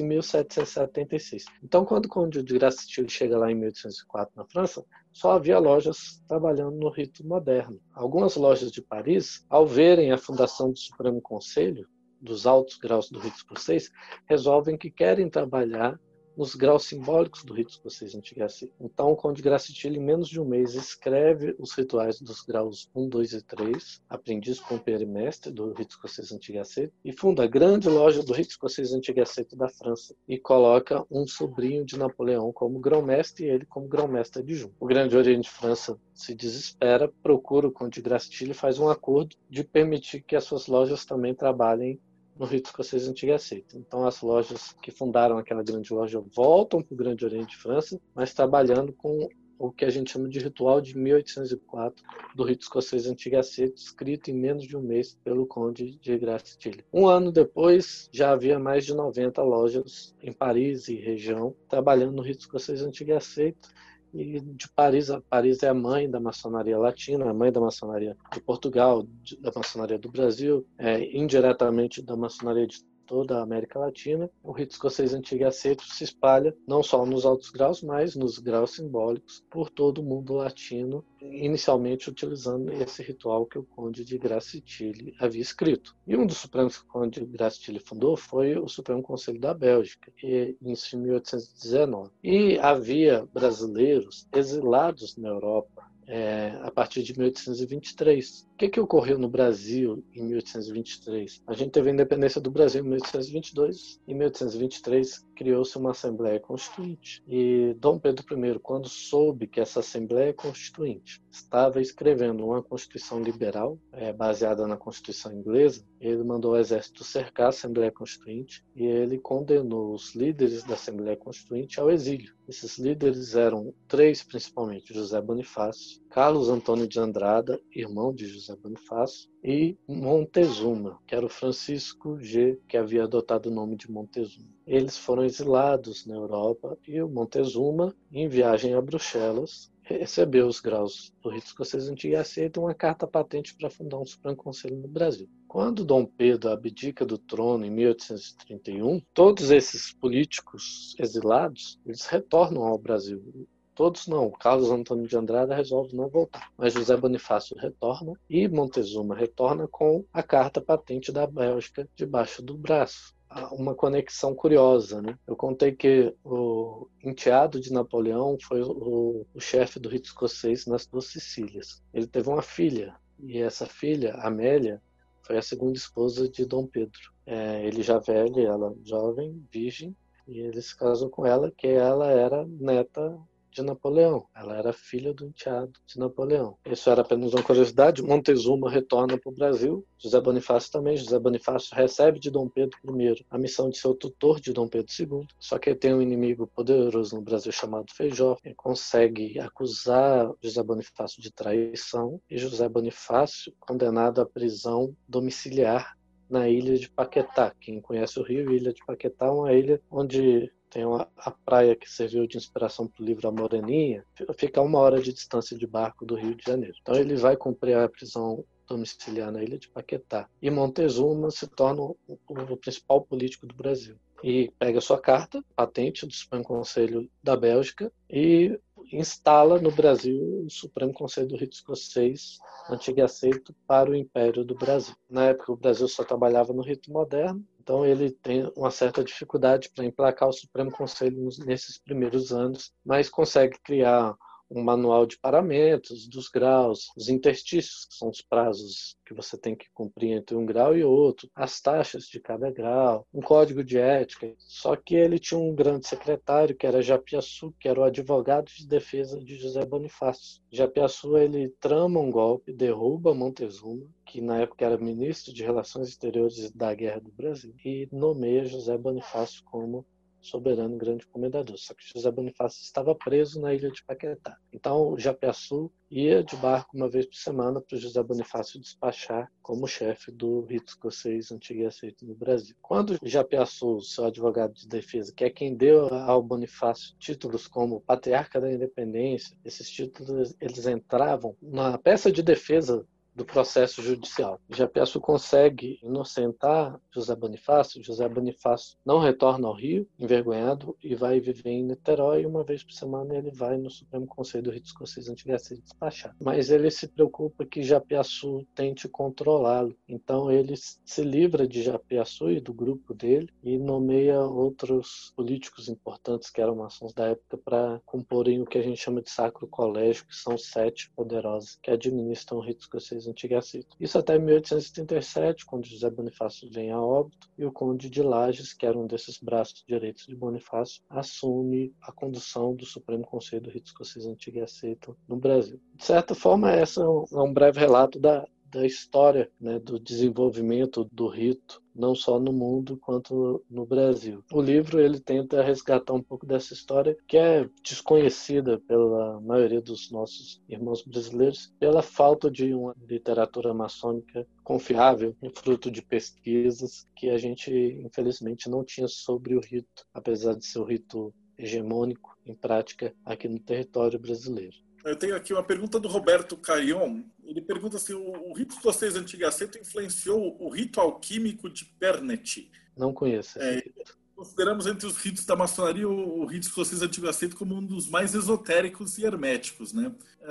1776. Então, quando o Conde de Gracechille chega lá em 1804 na França, só havia lojas trabalhando no rito moderno. Algumas lojas de Paris, ao verem a fundação do Supremo Conselho, dos altos graus do rito escocês, resolvem que querem trabalhar nos graus simbólicos do rito escocês antigo e aceito. Então, o Conde de Gracechille, em menos de um mês, escreve os rituais dos graus 1, 2 e 3, aprendiz pompeiro e mestre do rito escocês antigo e aceito, e funda a grande loja do rito escocês antigo e aceito da França, e coloca um sobrinho de Napoleão como grão-mestre e ele como grão-mestre adjunto. O Grande Oriente de França se desespera, procura o Conde de Gracechille e faz um acordo de permitir que as suas lojas também trabalhem no rito escocês antigo e aceito. Então, as lojas que fundaram aquela grande loja voltam para o Grande Oriente de França, mas trabalhando com o que a gente chama de ritual de 1804 do rito escocês antigo e aceito, escrito em menos de um mês pelo Conde de Gracechille. Um ano depois, já havia mais de 90 lojas em Paris e região trabalhando no rito escocês antigo e aceito. E de Paris, Paris é a mãe da maçonaria latina, a mãe da maçonaria de Portugal, da maçonaria do Brasil, indiretamente da maçonaria de toda a América Latina. O rito escocês antigo e aceito se espalha não só nos altos graus, mas nos graus simbólicos por todo o mundo latino, inicialmente utilizando esse ritual que o Conde de Gracechille havia escrito. E um dos supremos que o Conde de Gracechille fundou foi o Supremo Conselho da Bélgica, em 1819. E havia brasileiros exilados na Europa a partir de 1823. O que ocorreu no Brasil em 1823? A gente teve a independência do Brasil em 1822. Em 1823, criou-se uma Assembleia Constituinte. E Dom Pedro I, quando soube que essa Assembleia Constituinte estava escrevendo uma Constituição liberal, baseada na Constituição inglesa, ele mandou o exército cercar a Assembleia Constituinte e ele condenou os líderes da Assembleia Constituinte ao exílio. Esses líderes eram três, principalmente: José Bonifácio, Carlos Antônio de Andrada, irmão de José Bonifácio, e Montezuma, que era o Francisco G, que havia adotado o nome de Montezuma. Eles foram exilados na Europa e o Montezuma, em viagem a Bruxelas, recebeu os graus do rito escocês antigo e aceita uma carta patente para fundar um Supremo Conselho no Brasil. Quando Dom Pedro abdica do trono em 1831, todos esses políticos exilados, eles retornam ao Brasil. Todos não. Carlos Antônio de Andrada resolve não voltar. Mas José Bonifácio retorna e Montezuma retorna com a carta patente da Bélgica debaixo do braço. Uma conexão curiosa, né? Eu contei que o enteado de Napoleão foi o chefe do rito escocês nas duas Sicílias. Ele teve uma filha, e essa filha, Amélia, foi a segunda esposa de Dom Pedro. Ele já velho, ela jovem, virgem, e ele se casou com ela, que ela era neta de Napoleão. Ela era filha do enteado de Napoleão. Isso era apenas uma curiosidade. Montezuma retorna para o Brasil. José Bonifácio também. José Bonifácio recebe de Dom Pedro I a missão de ser o tutor de Dom Pedro II. Só que ele tem um inimigo poderoso no Brasil chamado Feijó. Ele consegue acusar José Bonifácio de traição e José Bonifácio condenado à prisão domiciliar na ilha de Paquetá. Quem conhece o Rio, a ilha de Paquetá é uma ilha onde tem a praia que serviu de inspiração para o livro A Moreninha, fica a 1 hora de distância de barco do Rio de Janeiro. Então ele vai cumprir a prisão domiciliar na ilha de Paquetá. E Montezuma se torna o principal político do Brasil. E pega sua carta, patente do Supremo Conselho da Bélgica e instala no Brasil o Supremo Conselho do Rito Escocês, antigo e aceito, para o Império do Brasil. Na época o Brasil só trabalhava no rito moderno, então ele tem uma certa dificuldade para emplacar o Supremo Conselho nesses primeiros anos, mas consegue criar um manual de paramentos, dos graus, os interstícios, que são os prazos que você tem que cumprir entre um grau e outro, as taxas de cada grau, um código de ética. Só que ele tinha um grande secretário, que era Japiaçu, que era o advogado de defesa de José Bonifácio. Japiaçu, ele trama um golpe, derruba Montezuma, que na época era ministro de Relações Exteriores da Guerra do Brasil, e nomeia José Bonifácio como soberano grande comendador. Só que José Bonifácio estava preso na ilha de Paquetá. Então, o Japiaçu ia de barco 1 vez por semana para o José Bonifácio despachar como chefe do rito escocês antigo e aceito no Brasil. Quando Japiaçu, seu advogado de defesa, que é quem deu ao Bonifácio títulos como Patriarca da Independência, esses títulos eles entravam na peça de defesa do processo judicial. Japiaçu consegue inocentar José Bonifácio. José Bonifácio não retorna ao Rio, envergonhado, e vai viver em Niterói. 1 vez por semana ele vai no Supremo Conselho do Rito Escocês Antigo e Aceito despachar. Mas ele se preocupa que Japiaçu tente controlá-lo. Então ele se livra de Japiaçu e do grupo dele e nomeia outros políticos importantes que eram maçons da época para comporem o que a gente chama de Sacro Colégio, que são 7 poderosos que administram o Rito Escocês Antigo e Aceito. Isso até 1837, quando José Bonifácio vem a óbito, e o Conde de Lages, que era um desses braços direitos de Bonifácio, assume a condução do Supremo Conselho do Rito Escocês Antigo e Aceito no Brasil. De certa forma, essa é um breve relato da história, né, do desenvolvimento do rito, não só no mundo quanto no Brasil. O livro ele tenta resgatar um pouco dessa história que é desconhecida pela maioria dos nossos irmãos brasileiros pela falta de uma literatura maçônica confiável, fruto de pesquisas que a gente infelizmente não tinha sobre o rito, apesar de ser o rito hegemônico em prática aqui no território brasileiro. Eu tenho aqui uma pergunta do Roberto Carion. Ele pergunta se o rito escocês antigo e aceito influenciou o rito alquímico de Pernet. Não conheço esse rito. Consideramos entre os ritos da maçonaria o rito escocês antigo e aceito como um dos mais esotéricos e herméticos, né?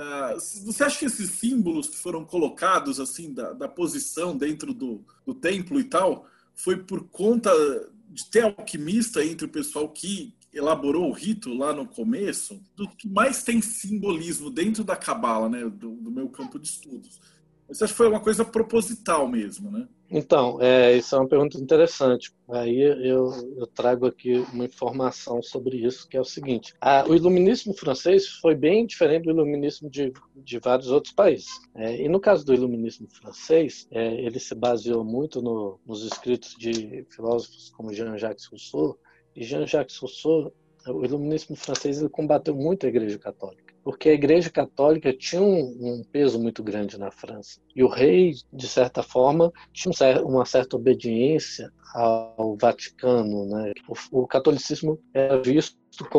Você acha que esses símbolos que foram colocados assim da posição dentro do templo e tal foi por conta de ter alquimista entre o pessoal que elaborou o rito lá no começo? Do que mais tem simbolismo dentro da cabala, né, do meu campo de estudos? Você acha que foi uma coisa proposital mesmo, né? Então, isso é uma pergunta interessante. Aí eu trago aqui uma informação sobre isso, que é o seguinte. O iluminismo francês foi bem diferente do iluminismo de vários outros países. E no caso do iluminismo francês, ele se baseou muito nos escritos de filósofos como Jean-Jacques Rousseau. E Jean-Jacques Rousseau, o iluminismo francês, ele combateu muito a Igreja Católica, porque a Igreja Católica tinha um peso muito grande na França. E o rei, de certa forma, tinha uma certa obediência ao Vaticano, né? O catolicismo era visto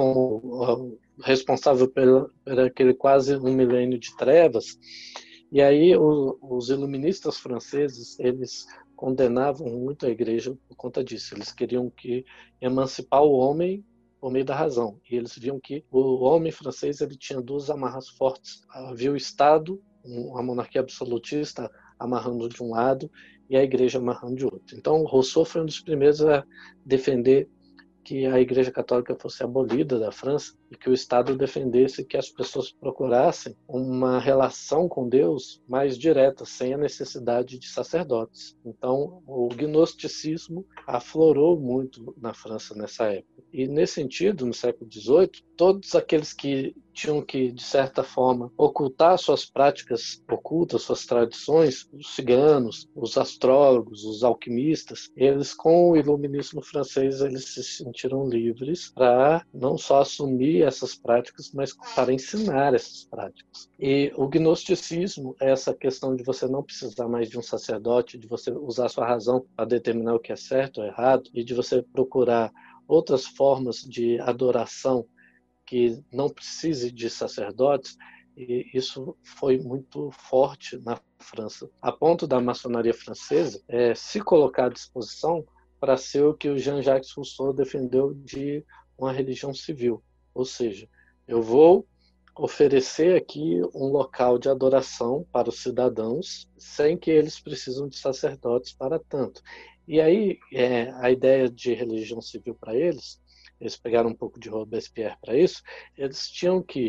como responsável por aquele quase 1 milênio de trevas. E aí os iluministas franceses, eles condenavam muito a igreja por conta disso. Eles queriam emancipar o homem por meio da razão. E eles viam que o homem francês ele tinha 2 amarras fortes. Havia o Estado, a monarquia absolutista, amarrando de um lado e a igreja amarrando de outro. Então, Rousseau foi um dos primeiros a defender que a Igreja Católica fosse abolida da França e que o Estado defendesse que as pessoas procurassem uma relação com Deus mais direta, sem a necessidade de sacerdotes. Então, o gnosticismo aflorou muito na França nessa época. E, nesse sentido, no século XVIII, todos aqueles que tinham que, de certa forma, ocultar suas práticas ocultas, suas tradições, os ciganos, os astrólogos, os alquimistas, eles, com o iluminismo francês, eles se sentiram livres para não só assumir essas práticas, mas para ensinar essas práticas. E o gnosticismo é essa questão de você não precisar mais de um sacerdote, de você usar sua razão para determinar o que é certo ou errado, e de você procurar outras formas de adoração que não precise de sacerdotes, e isso foi muito forte na França, a ponto da maçonaria francesa se colocar à disposição para ser o que o Jean-Jacques Rousseau defendeu de uma religião civil. Ou seja, eu vou oferecer aqui um local de adoração para os cidadãos, sem que eles precisem de sacerdotes para tanto. E aí, a ideia de religião civil para eles pegaram um pouco de Robespierre para isso, eles tinham que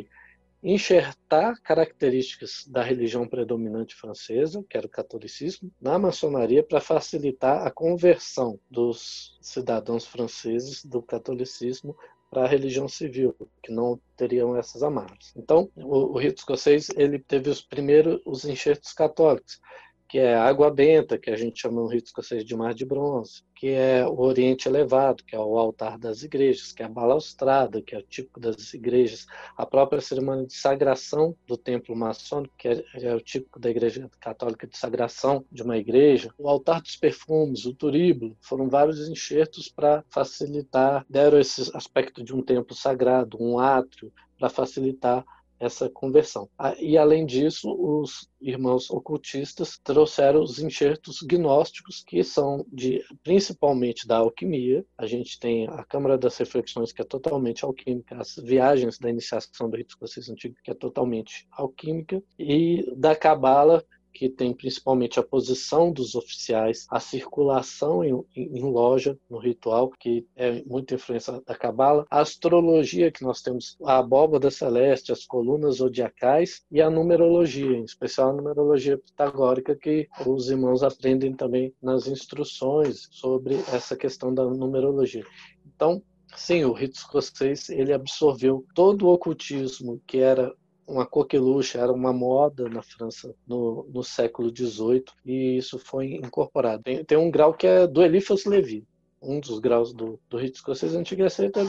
enxertar características da religião predominante francesa, que era o catolicismo, na maçonaria para facilitar a conversão dos cidadãos franceses do catolicismo para a religião civil, que não teriam essas amarras. Então, o rito escocês ele teve os enxertos católicos, que é a água benta, que a gente chama no rito escocês de mar de bronze, que é o oriente elevado, que é o altar das igrejas, que é a balaustrada, que é o típico das igrejas, a própria cerimônia de sagração do templo maçônico, que é o típico da igreja católica de sagração de uma igreja, o altar dos perfumes, o turíbulo, foram vários enxertos para facilitar, deram esse aspecto de um templo sagrado, um átrio, para facilitar essa conversão. E, além disso, os irmãos ocultistas trouxeram os enxertos gnósticos, que são principalmente da alquimia. A gente tem a Câmara das Reflexões, que é totalmente alquímica, as Viagens da Iniciação do Rito Escocês Antigo, que é totalmente alquímica, e da Cabala, que tem principalmente a posição dos oficiais, a circulação em loja no ritual, que é muita influência da Cabala, a astrologia, que nós temos a abóbada celeste, as colunas zodiacais e a numerologia, em especial a numerologia pitagórica, que os irmãos aprendem também nas instruções sobre essa questão da numerologia. Então, sim, o rito escocês ele absorveu todo o ocultismo que era uma coqueluche, era uma moda na França no século XVIII, e isso foi incorporado. Tem um grau que é do Eliphas Levi. Um dos graus do rito escocês antigo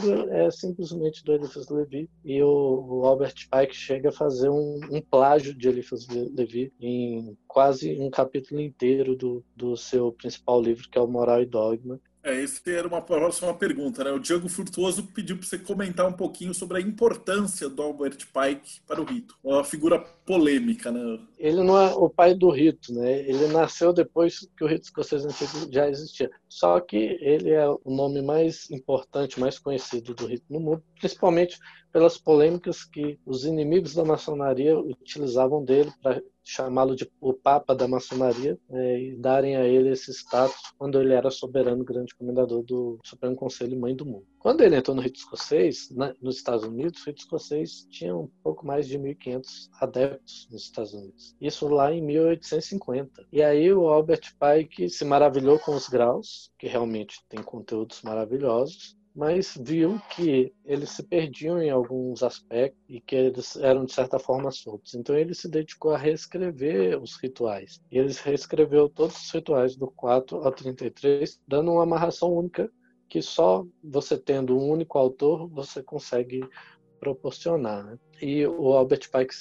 é simplesmente do Eliphas Levi, e o Albert Pike chega a fazer um plágio de Eliphas Levi em quase um capítulo inteiro do seu principal livro, que é o Moral e Dogma. Esse era uma próxima pergunta, né? O Diogo Frutuoso pediu para você comentar um pouquinho sobre a importância do Albert Pike para o rito. Uma figura polêmica, né? Ele não é o pai do rito, né? Ele nasceu depois que o rito escocês antigo já existia. Só que ele é o nome mais importante, mais conhecido do rito no mundo, principalmente pelas polêmicas que os inimigos da maçonaria utilizavam dele para chamá-lo de o Papa da Maçonaria, e darem a ele esse status quando ele era soberano grande comendador do Supremo Conselho Mãe do Mundo. Quando ele entrou no rito escocês, nos Estados Unidos, o rito escocês tinha um pouco mais de 1.500 adeptos nos Estados Unidos. Isso lá em 1850. E aí o Albert Pike se maravilhou com os graus, que realmente tem conteúdos maravilhosos, mas viu que eles se perdiam em alguns aspectos e que eles eram, de certa forma, soltos. Então ele se dedicou a reescrever os rituais. E ele reescreveu todos os rituais do 4 ao 33, dando uma amarração única que só você tendo um único autor você consegue proporcionar, né? E o Albert Pike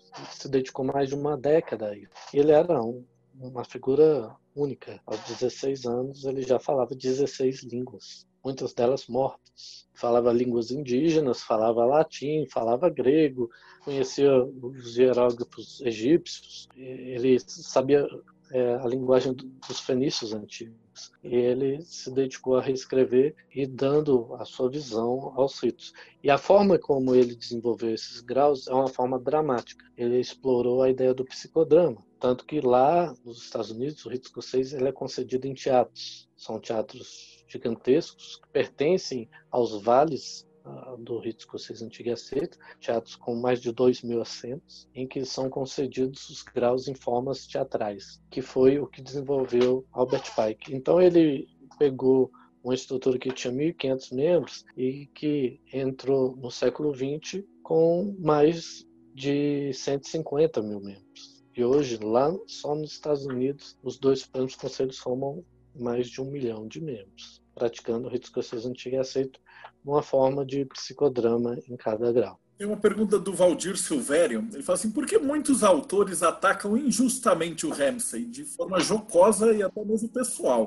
se dedicou mais de uma década a isso. Ele era uma figura única. Aos 16 anos ele já falava 16 línguas, muitas delas mortas. Falava línguas indígenas, falava latim, falava grego, conhecia os hieróglifos egípcios, ele sabia a linguagem dos fenícios antigos. E ele se dedicou a reescrever e dando a sua visão aos ritos. E a forma como ele desenvolveu esses graus é uma forma dramática. Ele explorou a ideia do psicodrama. Tanto que lá nos Estados Unidos, o rito escocês ele é concedido em teatros. São teatros gigantescos que pertencem aos vales do rito escocês antigo e aceito, teatros com mais de 2.000 assentos, em que são concedidos os graus em formas teatrais, que foi o que desenvolveu Albert Pike. Então ele pegou uma estrutura que tinha 1.500 membros e que entrou no século XX com mais de 150 mil membros. E hoje, lá só nos Estados Unidos, os dois Supremos Conselhos formam mais de 1 milhão de membros, praticando o rito escocês antigo e aceito, uma forma de psicodrama em cada grau. Tem uma pergunta do Valdir Silvério. Ele fala assim: por que muitos autores atacam injustamente o Ramsay, de forma jocosa e até mesmo pessoal?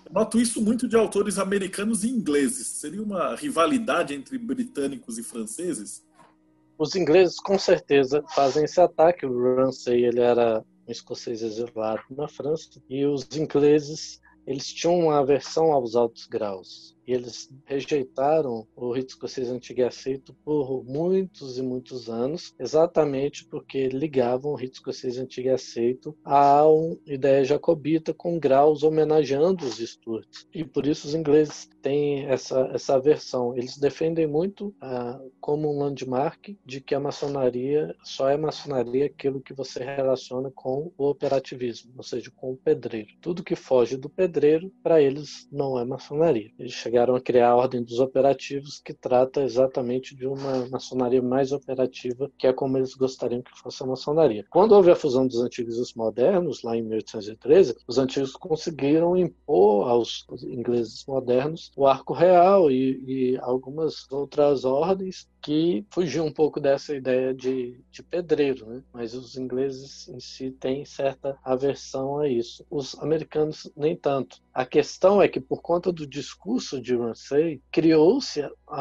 Eu noto isso muito de autores americanos e ingleses. Seria uma rivalidade entre britânicos e franceses? Os ingleses com certeza fazem esse ataque. O Ramsay, ele era um escocês exilado na França, e os ingleses, eles tinham uma aversão aos altos graus. E eles rejeitaram o rito escocês antigo e aceito por muitos e muitos anos, exatamente porque ligavam o rito escocês antigo e aceito a uma ideia jacobita com graus homenageando os Stuarts. E por isso os ingleses têm essa aversão. Eles defendem muito como um landmark de que a maçonaria só é maçonaria aquilo que você relaciona com o operativismo, ou seja, com o pedreiro. Tudo que foge do pedreiro, para eles, não é maçonaria. Eles chegaram a criar a Ordem dos Operativos, que trata exatamente de uma maçonaria mais operativa, que é como eles gostariam que fosse a maçonaria. Quando houve a fusão dos antigos e dos modernos, lá em 1813, os antigos conseguiram impor aos ingleses modernos o arco real e algumas outras ordens que fugiam um pouco dessa ideia de pedreiro, né? Mas os ingleses em si têm certa aversão a isso. Os americanos nem tanto. A questão é que, por conta do discurso de Ramsay, criou-se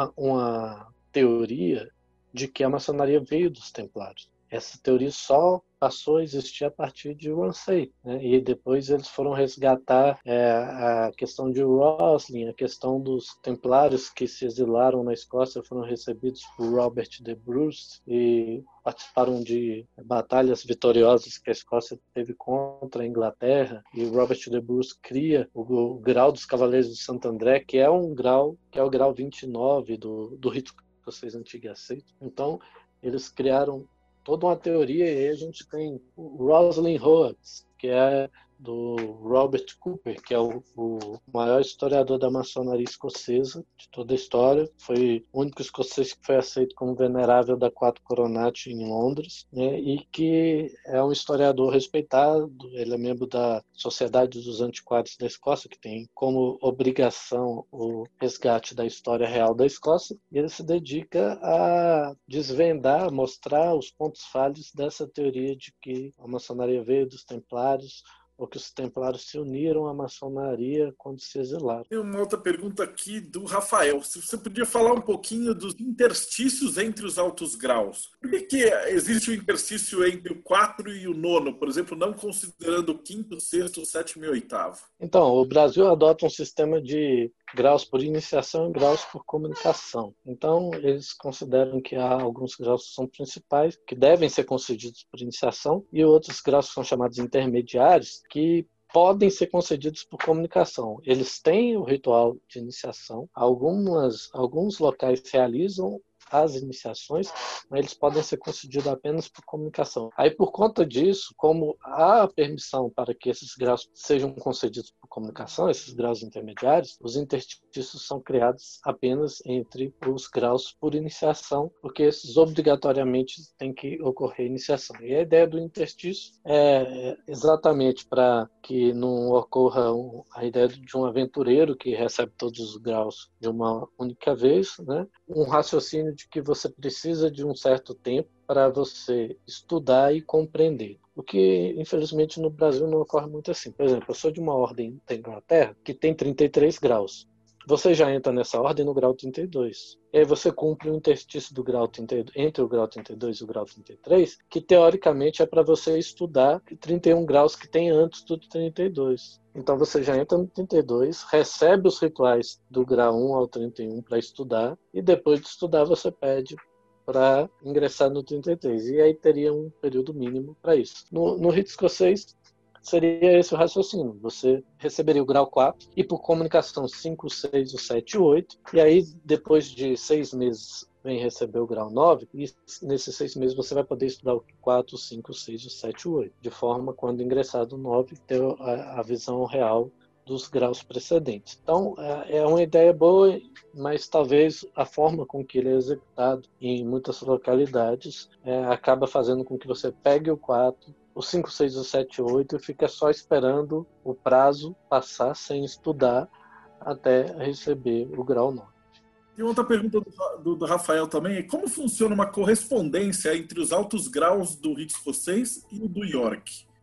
uma teoria de que a maçonaria veio dos templários. Essa teoria só passou a existir a partir de Ramsay, né? E depois eles foram resgatar a questão de Roslin, a questão dos templários que se exilaram na Escócia, foram recebidos por Robert de Bruce e participaram de batalhas vitoriosas que a Escócia teve contra a Inglaterra, e Robert de Bruce cria o grau dos Cavaleiros de Santo André, que é um grau, que é o grau 29 do rito escocês antigo e aceito. Então, eles criaram toda uma teoria, e aí a gente tem o Roslin Roads, que é do Robert Cooper, que é o maior historiador da maçonaria escocesa de toda a história. Foi o único escocês que foi aceito como venerável da Quatro Coronati em Londres, né? E que é um historiador respeitado. Ele é membro da Sociedade dos Antiquários da Escócia, que tem como obrigação o resgate da história real da Escócia, e ele se dedica a desvendar, mostrar os pontos falhos dessa teoria de que a maçonaria veio dos templários, ou que os templários se uniram à maçonaria quando se exilaram. Tem uma outra pergunta aqui do Rafael. Se você podia falar um pouquinho dos interstícios entre os altos graus. Por que existe o interstício entre o 4 e o 9, por exemplo, não considerando o 5º, 6º, 7º e 8º? Então, o Brasil adota um sistema de graus por iniciação e graus por comunicação. Então, eles consideram que há alguns graus que são principais, que devem ser concedidos por iniciação, e outros graus que são chamados intermediários, que podem ser concedidos por comunicação. Eles têm o ritual de iniciação, alguns locais realizam as iniciações, mas eles podem ser concedidos apenas por comunicação. Aí, por conta disso, como há permissão para que esses graus sejam concedidos por comunicação, esses graus intermediários, os interstícios são criados apenas entre os graus por iniciação, porque esses obrigatoriamente têm que ocorrer iniciação. E a ideia do interstício é exatamente para que não ocorra a ideia de um aventureiro que recebe todos os graus de uma única vez, né? Um raciocínio de que você precisa de um certo tempo para você estudar e compreender. O que, infelizmente, no Brasil não ocorre muito assim. Por exemplo, eu sou de uma ordem da Inglaterra que tem 33 graus. Você já entra nessa ordem no grau 32. E aí você cumpre o interstício do grau 32, entre o grau 32 e o grau 33, que teoricamente é para você estudar 31 graus que tem antes do 32. Então você já entra no 32, recebe os rituais do grau 1 ao 31 para estudar, e depois de estudar você pede para ingressar no 33. E aí teria um período mínimo para isso. No rito escocês, seria esse o raciocínio. Você receberia o grau 4 e por comunicação 5, 6, 7 e 8. E aí, depois de 6 meses, vem receber o grau 9. E nesses 6 meses você vai poder estudar o 4, 5, 6, 7 e 8. De forma, quando ingressar no 9, ter a visão real dos graus precedentes. Então, é uma ideia boa, mas talvez a forma com que ele é executado em muitas localidades acaba fazendo com que você pegue o 4, o 5, 6, o 7 e 8 e fica só esperando o prazo passar sem estudar até receber o grau 9. E outra pergunta do Rafael também: como funciona uma correspondência entre os altos graus do rito escocês e o do York?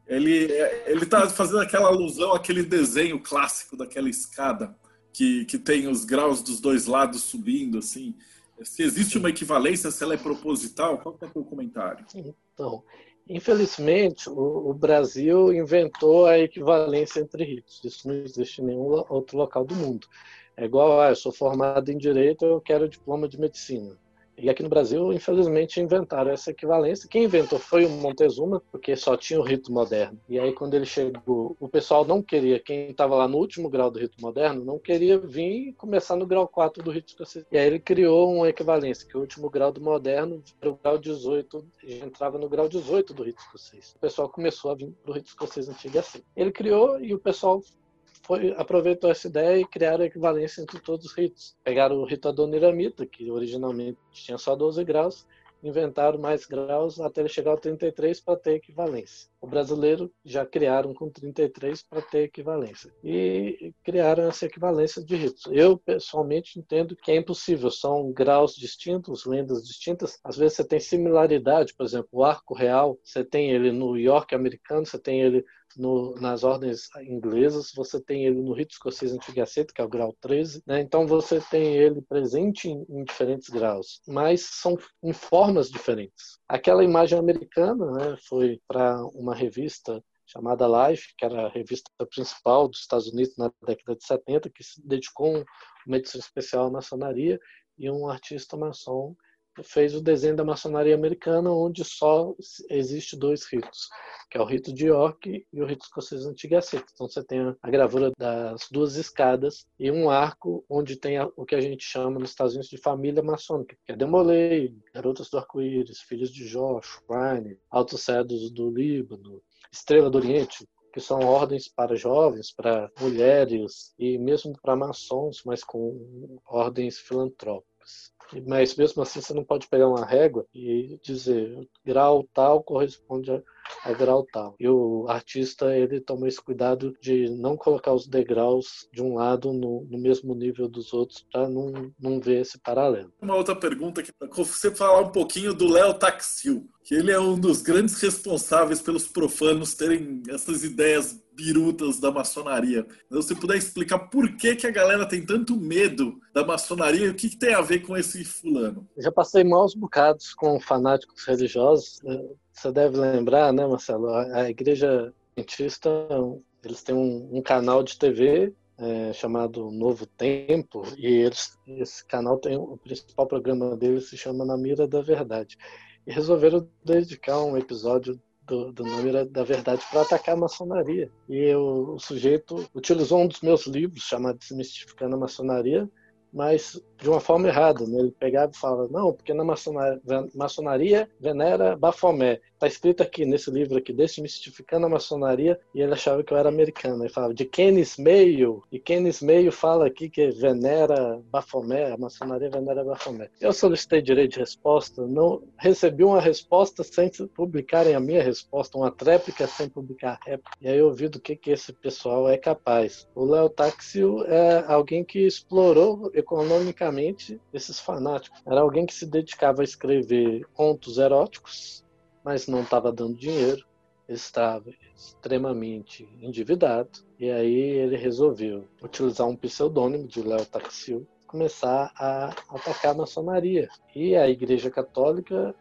Ele tá fazendo aquela alusão àquele desenho clássico daquela escada que tem os graus dos dois lados subindo, assim. Se existe uma Sim. equivalência, se ela é proposital, qual que é o teu comentário? Então, infelizmente, o Brasil inventou a equivalência entre ritos. Isso não existe em nenhum outro local do mundo. É igual, eu sou formado em Direito, eu quero diploma de Medicina. E aqui no Brasil, infelizmente, inventaram essa equivalência. Quem inventou foi o Montezuma, porque só tinha o rito moderno. E aí, quando ele chegou, o pessoal não queria, quem estava lá no último grau do rito moderno, não queria vir e começar no grau 4 do rito escocês. E aí ele criou uma equivalência, que o último grau do moderno era o grau 18, e entrava no grau 18 do rito escocês. O pessoal começou a vir para o rito escocês antigo assim. Ele criou e o pessoal aproveitou essa ideia e criaram a equivalência entre todos os ritos. Pegaram o rito adoniramita, que originalmente tinha só 12 graus, inventaram mais graus até ele chegar ao 33 para ter equivalência. O brasileiro já criaram com 33 para ter equivalência. E criaram essa equivalência de ritos. Eu, pessoalmente, entendo que é impossível. São graus distintos, lendas distintas. Às vezes você tem similaridade, por exemplo, o arco real, você tem ele no York americano, você tem ele nas ordens inglesas, você tem ele no rito escocês antigo e aceito, que é o grau 13, né? Então você tem ele presente em diferentes graus, mas são em formas diferentes. Aquela imagem americana, né, foi para uma revista chamada Life, que era a revista principal dos Estados Unidos na década de 70, que se dedicou uma edição especial à maçonaria, e um artista maçom fez o desenho da maçonaria americana, onde só existe dois ritos, que é o rito de York e o rito escocês antigo e aceito. Então você tem a gravura das duas escadas e um arco onde tem o que a gente chama nos Estados Unidos de família maçônica, que é Demolay, Garotas do Arco-Íris, Filhos de Jó, Shrine, Altos Cedros do Líbano, Estrela do Oriente, que são ordens para jovens, para mulheres e mesmo para maçons, mas com ordens filantrópicas. Mas mesmo assim você não pode pegar uma régua e dizer grau tal corresponde a grau tal. E o artista ele tomou esse cuidado de não colocar os degraus de um lado no mesmo nível dos outros para não ver esse paralelo. Uma outra pergunta que você falar um pouquinho do Léo Taxil, que ele é um dos grandes responsáveis pelos profanos terem essas ideias birutas da maçonaria. Se você puder explicar por que a galera tem tanto medo da maçonaria e o que tem a ver com esse fulano? Eu já passei maus bocados com fanáticos religiosos. Você deve lembrar, né, Marcelo? A Igreja Adventista, eles têm um canal de TV chamado Novo Tempo, e esse canal tem o principal programa deles se chama Na Mira da Verdade. E resolveram dedicar um episódio do Na Mira da Verdade para atacar a maçonaria. E o sujeito utilizou um dos meus livros chamado Desmistificando a Maçonaria, mas de uma forma errada, né? Ele pegava e falava, não, porque na maçonaria venera Baphomet. Está escrito aqui nesse livro aqui, Desmistificando a Maçonaria, e ele achava que eu era americano. Ele falava de Kenneth Mayo, e Kenneth Mayo fala aqui que venera Baphomet, a maçonaria venera Baphomet. Eu solicitei direito de resposta, não recebi uma resposta sem publicarem a minha resposta, uma tréplica sem publicar a réplica. E aí eu vi do que esse pessoal é capaz. O Léo Taxil é alguém que explorou economicamente esses fanáticos. Era alguém que se dedicava a escrever contos eróticos, mas não estava dando dinheiro, estava extremamente endividado, e aí ele resolveu utilizar um pseudônimo de Léo Taxil, começar a atacar a maçonaria. E a Igreja Católica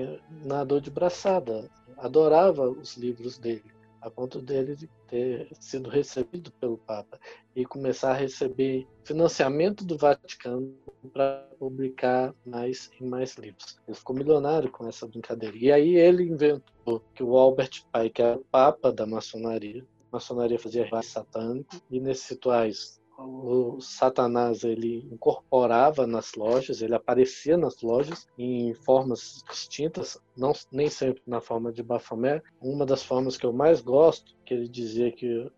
nadou de braçada, adorava os livros dele, a ponto dele ter sido recebido pelo Papa e começar a receber financiamento do Vaticano para publicar mais e mais livros. Ele ficou milionário com essa brincadeira. E aí ele inventou que o Albert Pike, que era o Papa da maçonaria, a maçonaria fazia rituais satânicos, e nesses rituais o Satanás ele incorporava nas lojas, ele aparecia nas lojas em formas distintas, nem sempre na forma de Baphomet. Uma das formas que eu mais gosto, que ele dizia que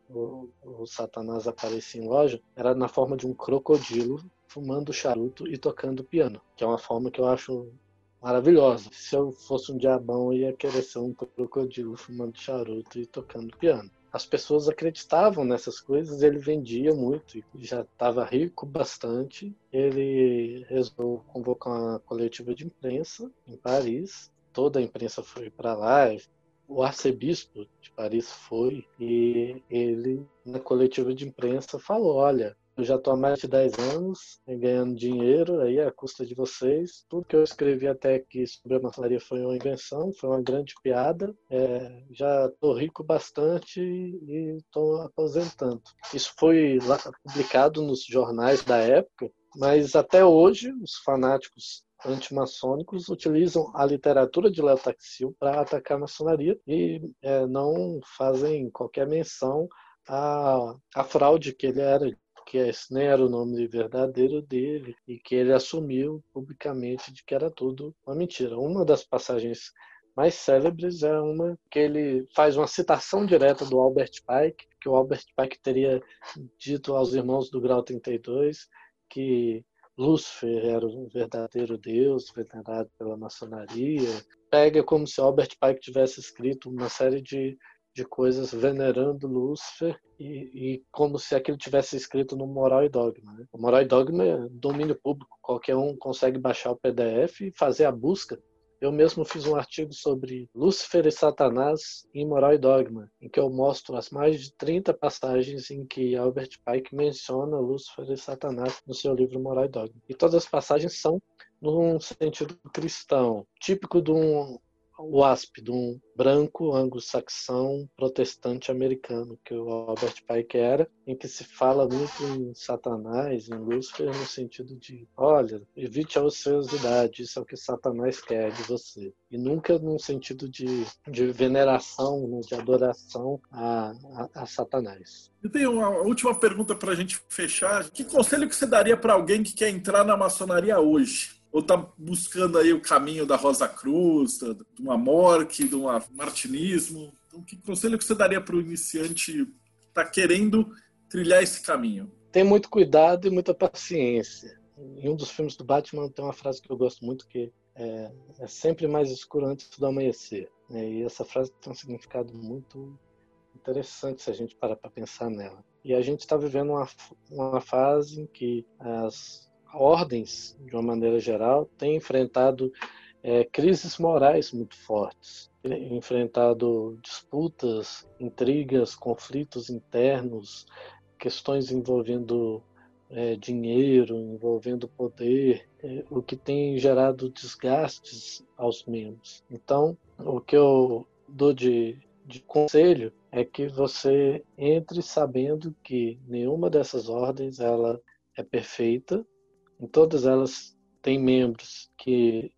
o Satanás aparecia em loja, era na forma de um crocodilo fumando charuto e tocando piano, que é uma forma que eu acho maravilhosa. Se eu fosse um diabão, eu ia querer ser um crocodilo fumando charuto e tocando piano. As pessoas acreditavam nessas coisas, ele vendia muito e já estava rico bastante. Ele resolveu convocar uma coletiva de imprensa em Paris. Toda a imprensa foi para lá, o arcebispo de Paris foi e ele, na coletiva de imprensa, falou: olha, eu já estou há mais de 10 anos ganhando dinheiro aí à custa de vocês. Tudo que eu escrevi até aqui sobre a maçonaria foi uma invenção, foi uma grande piada. Já estou rico bastante e estou aposentando. Isso foi publicado nos jornais da época, mas até hoje os fanáticos antimaçônicos utilizam a literatura de Léo Taxil para atacar a maçonaria e não fazem qualquer menção à fraude que ele era, que esse nem era o nome verdadeiro dele e que ele assumiu publicamente de que era tudo uma mentira. Uma das passagens mais célebres é uma que ele faz uma citação direta do Albert Pike, que o Albert Pike teria dito aos irmãos do Grau 32 que Lúcifer era o verdadeiro Deus venerado pela maçonaria. Pega como se Albert Pike tivesse escrito uma série de coisas venerando Lúcifer e como se aquilo tivesse escrito no Moral e Dogma. Né? O Moral e Dogma é domínio público, qualquer um consegue baixar o PDF e fazer a busca. Eu mesmo fiz um artigo sobre Lúcifer e Satanás em Moral e Dogma, em que eu mostro as mais de 30 passagens em que Albert Pike menciona Lúcifer e Satanás no seu livro Moral e Dogma. E todas as passagens são num sentido cristão, típico de um WASP, de um branco anglo-saxão protestante americano, que o Albert Pike era, em que se fala muito em Satanás, em Lúcifer, no sentido de, olha, evite a ociosidade, isso é o que Satanás quer de você. E nunca num sentido de veneração, né, de adoração a Satanás. Eu tenho uma última pergunta para a gente fechar. Que conselho que você daria para alguém que quer entrar na maçonaria hoje? Ou está buscando aí o caminho da Rosa Cruz, de uma Mork, de um martinismo? Então, que conselho que você daria para o iniciante que está querendo trilhar esse caminho? Tem muito cuidado e muita paciência. Em um dos filmes do Batman tem uma frase que eu gosto muito, que é sempre mais escuro antes do amanhecer. E essa frase tem um significado muito interessante se a gente parar para pensar nela. E a gente está vivendo uma fase em que as ordens, de uma maneira geral, têm enfrentado crises morais muito fortes, enfrentado disputas, intrigas, conflitos internos, questões envolvendo dinheiro, envolvendo poder, o que tem gerado desgastes aos membros. Então, o que eu dou de conselho é que você entre sabendo que nenhuma dessas ordens ela é perfeita. Em todas elas tem membros que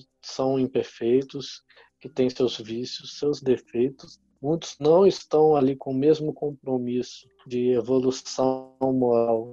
são imperfeitos, que têm seus vícios, seus defeitos. Muitos não estão ali com o mesmo compromisso de evolução moral,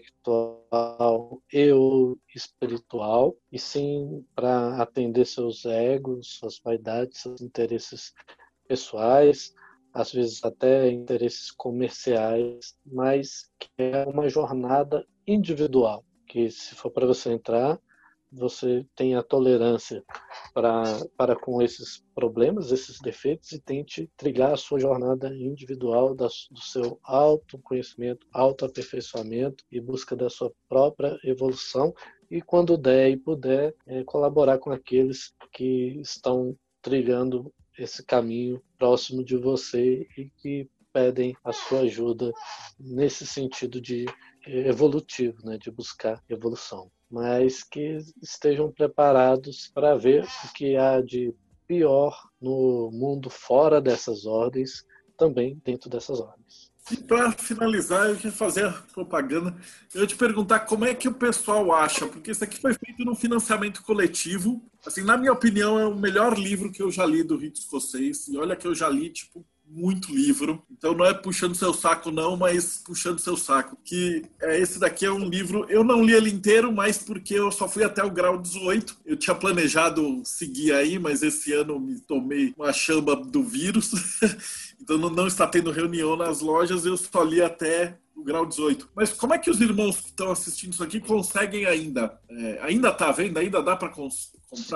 intelectual e ou espiritual, e sim para atender seus egos, suas vaidades, seus interesses pessoais, às vezes até interesses comerciais, mas que é uma jornada individual. Que se for para você entrar, você tenha tolerância para com esses problemas, esses defeitos, e tente trilhar a sua jornada individual do seu autoconhecimento, autoaperfeiçoamento e busca da sua própria evolução, e quando der e puder, colaborar com aqueles que estão trilhando esse caminho próximo de você e que pedem a sua ajuda nesse sentido de evolutivo, né, de buscar evolução, mas que estejam preparados para ver o que há de pior no mundo fora dessas ordens, também dentro dessas ordens. E para finalizar, eu queria fazer a propaganda. Eu ia te perguntar como é que o pessoal acha, porque isso aqui foi feito num financiamento coletivo. Assim, na minha opinião, é o melhor livro que eu já li do Rito Escocês. E olha que eu já li, muito livro. Então não é puxando seu saco não, mas puxando seu saco. Que esse daqui é um livro, eu não li ele inteiro, mas porque eu só fui até o grau 18. Eu tinha planejado seguir aí, mas esse ano me tomei uma chamba do vírus. Então não está tendo reunião nas lojas, eu só li até o grau 18. Mas como é que os irmãos que estão assistindo isso aqui conseguem ainda? Ainda está à venda? Ainda dá para comprar?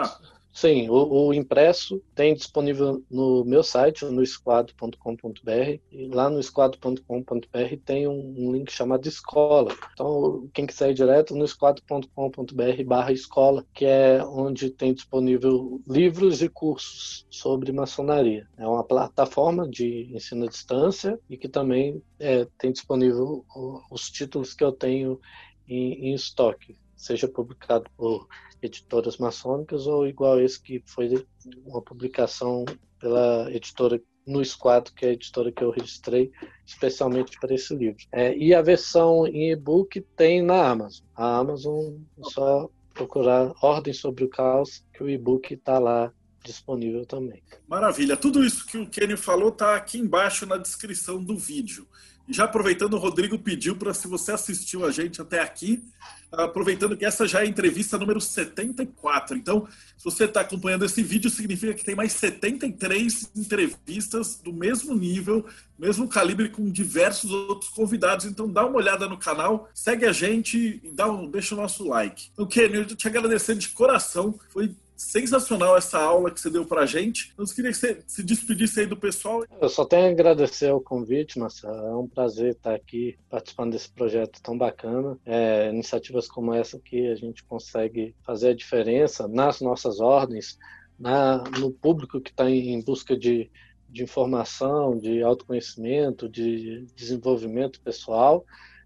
Sim, o impresso tem disponível no meu site, no esquadro.com.br, e lá no esquadro.com.br tem um link chamado Escola. Então, quem quiser ir direto no esquadro.com.br/escola, que é onde tem disponível livros e cursos sobre maçonaria. É uma plataforma de ensino à distância e que também tem disponível os títulos que eu tenho em estoque, seja publicado por editoras maçônicas ou igual esse que foi uma publicação pela editora no Esquadro, que é a editora que eu registrei especialmente para esse livro. E a versão em e-book tem na Amazon. A Amazon é só procurar Ordem sobre o Caos, que o e-book está lá disponível também. Maravilha. Tudo isso que o Kenny falou está aqui embaixo na descrição do vídeo. E já aproveitando, o Rodrigo pediu para, se você assistiu a gente até aqui, aproveitando que essa já é a entrevista número 74. Então, se você está acompanhando esse vídeo, significa que tem mais 73 entrevistas do mesmo nível, mesmo calibre, com diversos outros convidados. Então, dá uma olhada no canal, segue a gente e deixa o nosso like. Então, Kenny, eu te agradecer de coração. Foi sensacional essa aula que você deu pra gente. Eu queria que você se despedisse aí do pessoal. Eu só tenho a agradecer o convite, Marcelo. É um prazer estar aqui participando desse projeto tão bacana. Iniciativas como essa que a gente consegue fazer a diferença nas nossas ordens, no público que está em busca de informação, de autoconhecimento, de desenvolvimento pessoal,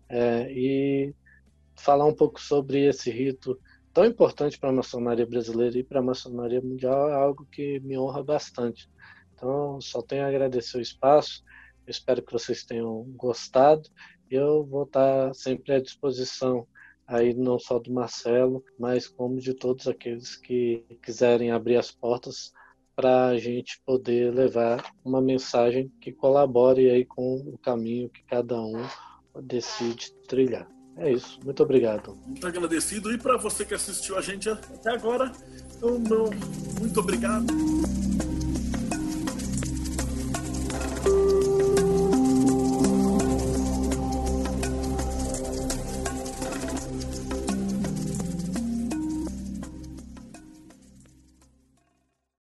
e falar um pouco sobre esse rito tão importante para a maçonaria brasileira e para a maçonaria mundial. É algo que me honra bastante. Então, só tenho a agradecer o espaço. Eu espero que vocês tenham gostado. Eu vou estar sempre à disposição, aí não só do Marcelo, mas como de todos aqueles que quiserem abrir as portas para a gente poder levar uma mensagem que colabore aí com o caminho que cada um decide trilhar. É isso. Muito obrigado. Muito agradecido. E para você que assistiu a gente até agora, então, muito obrigado.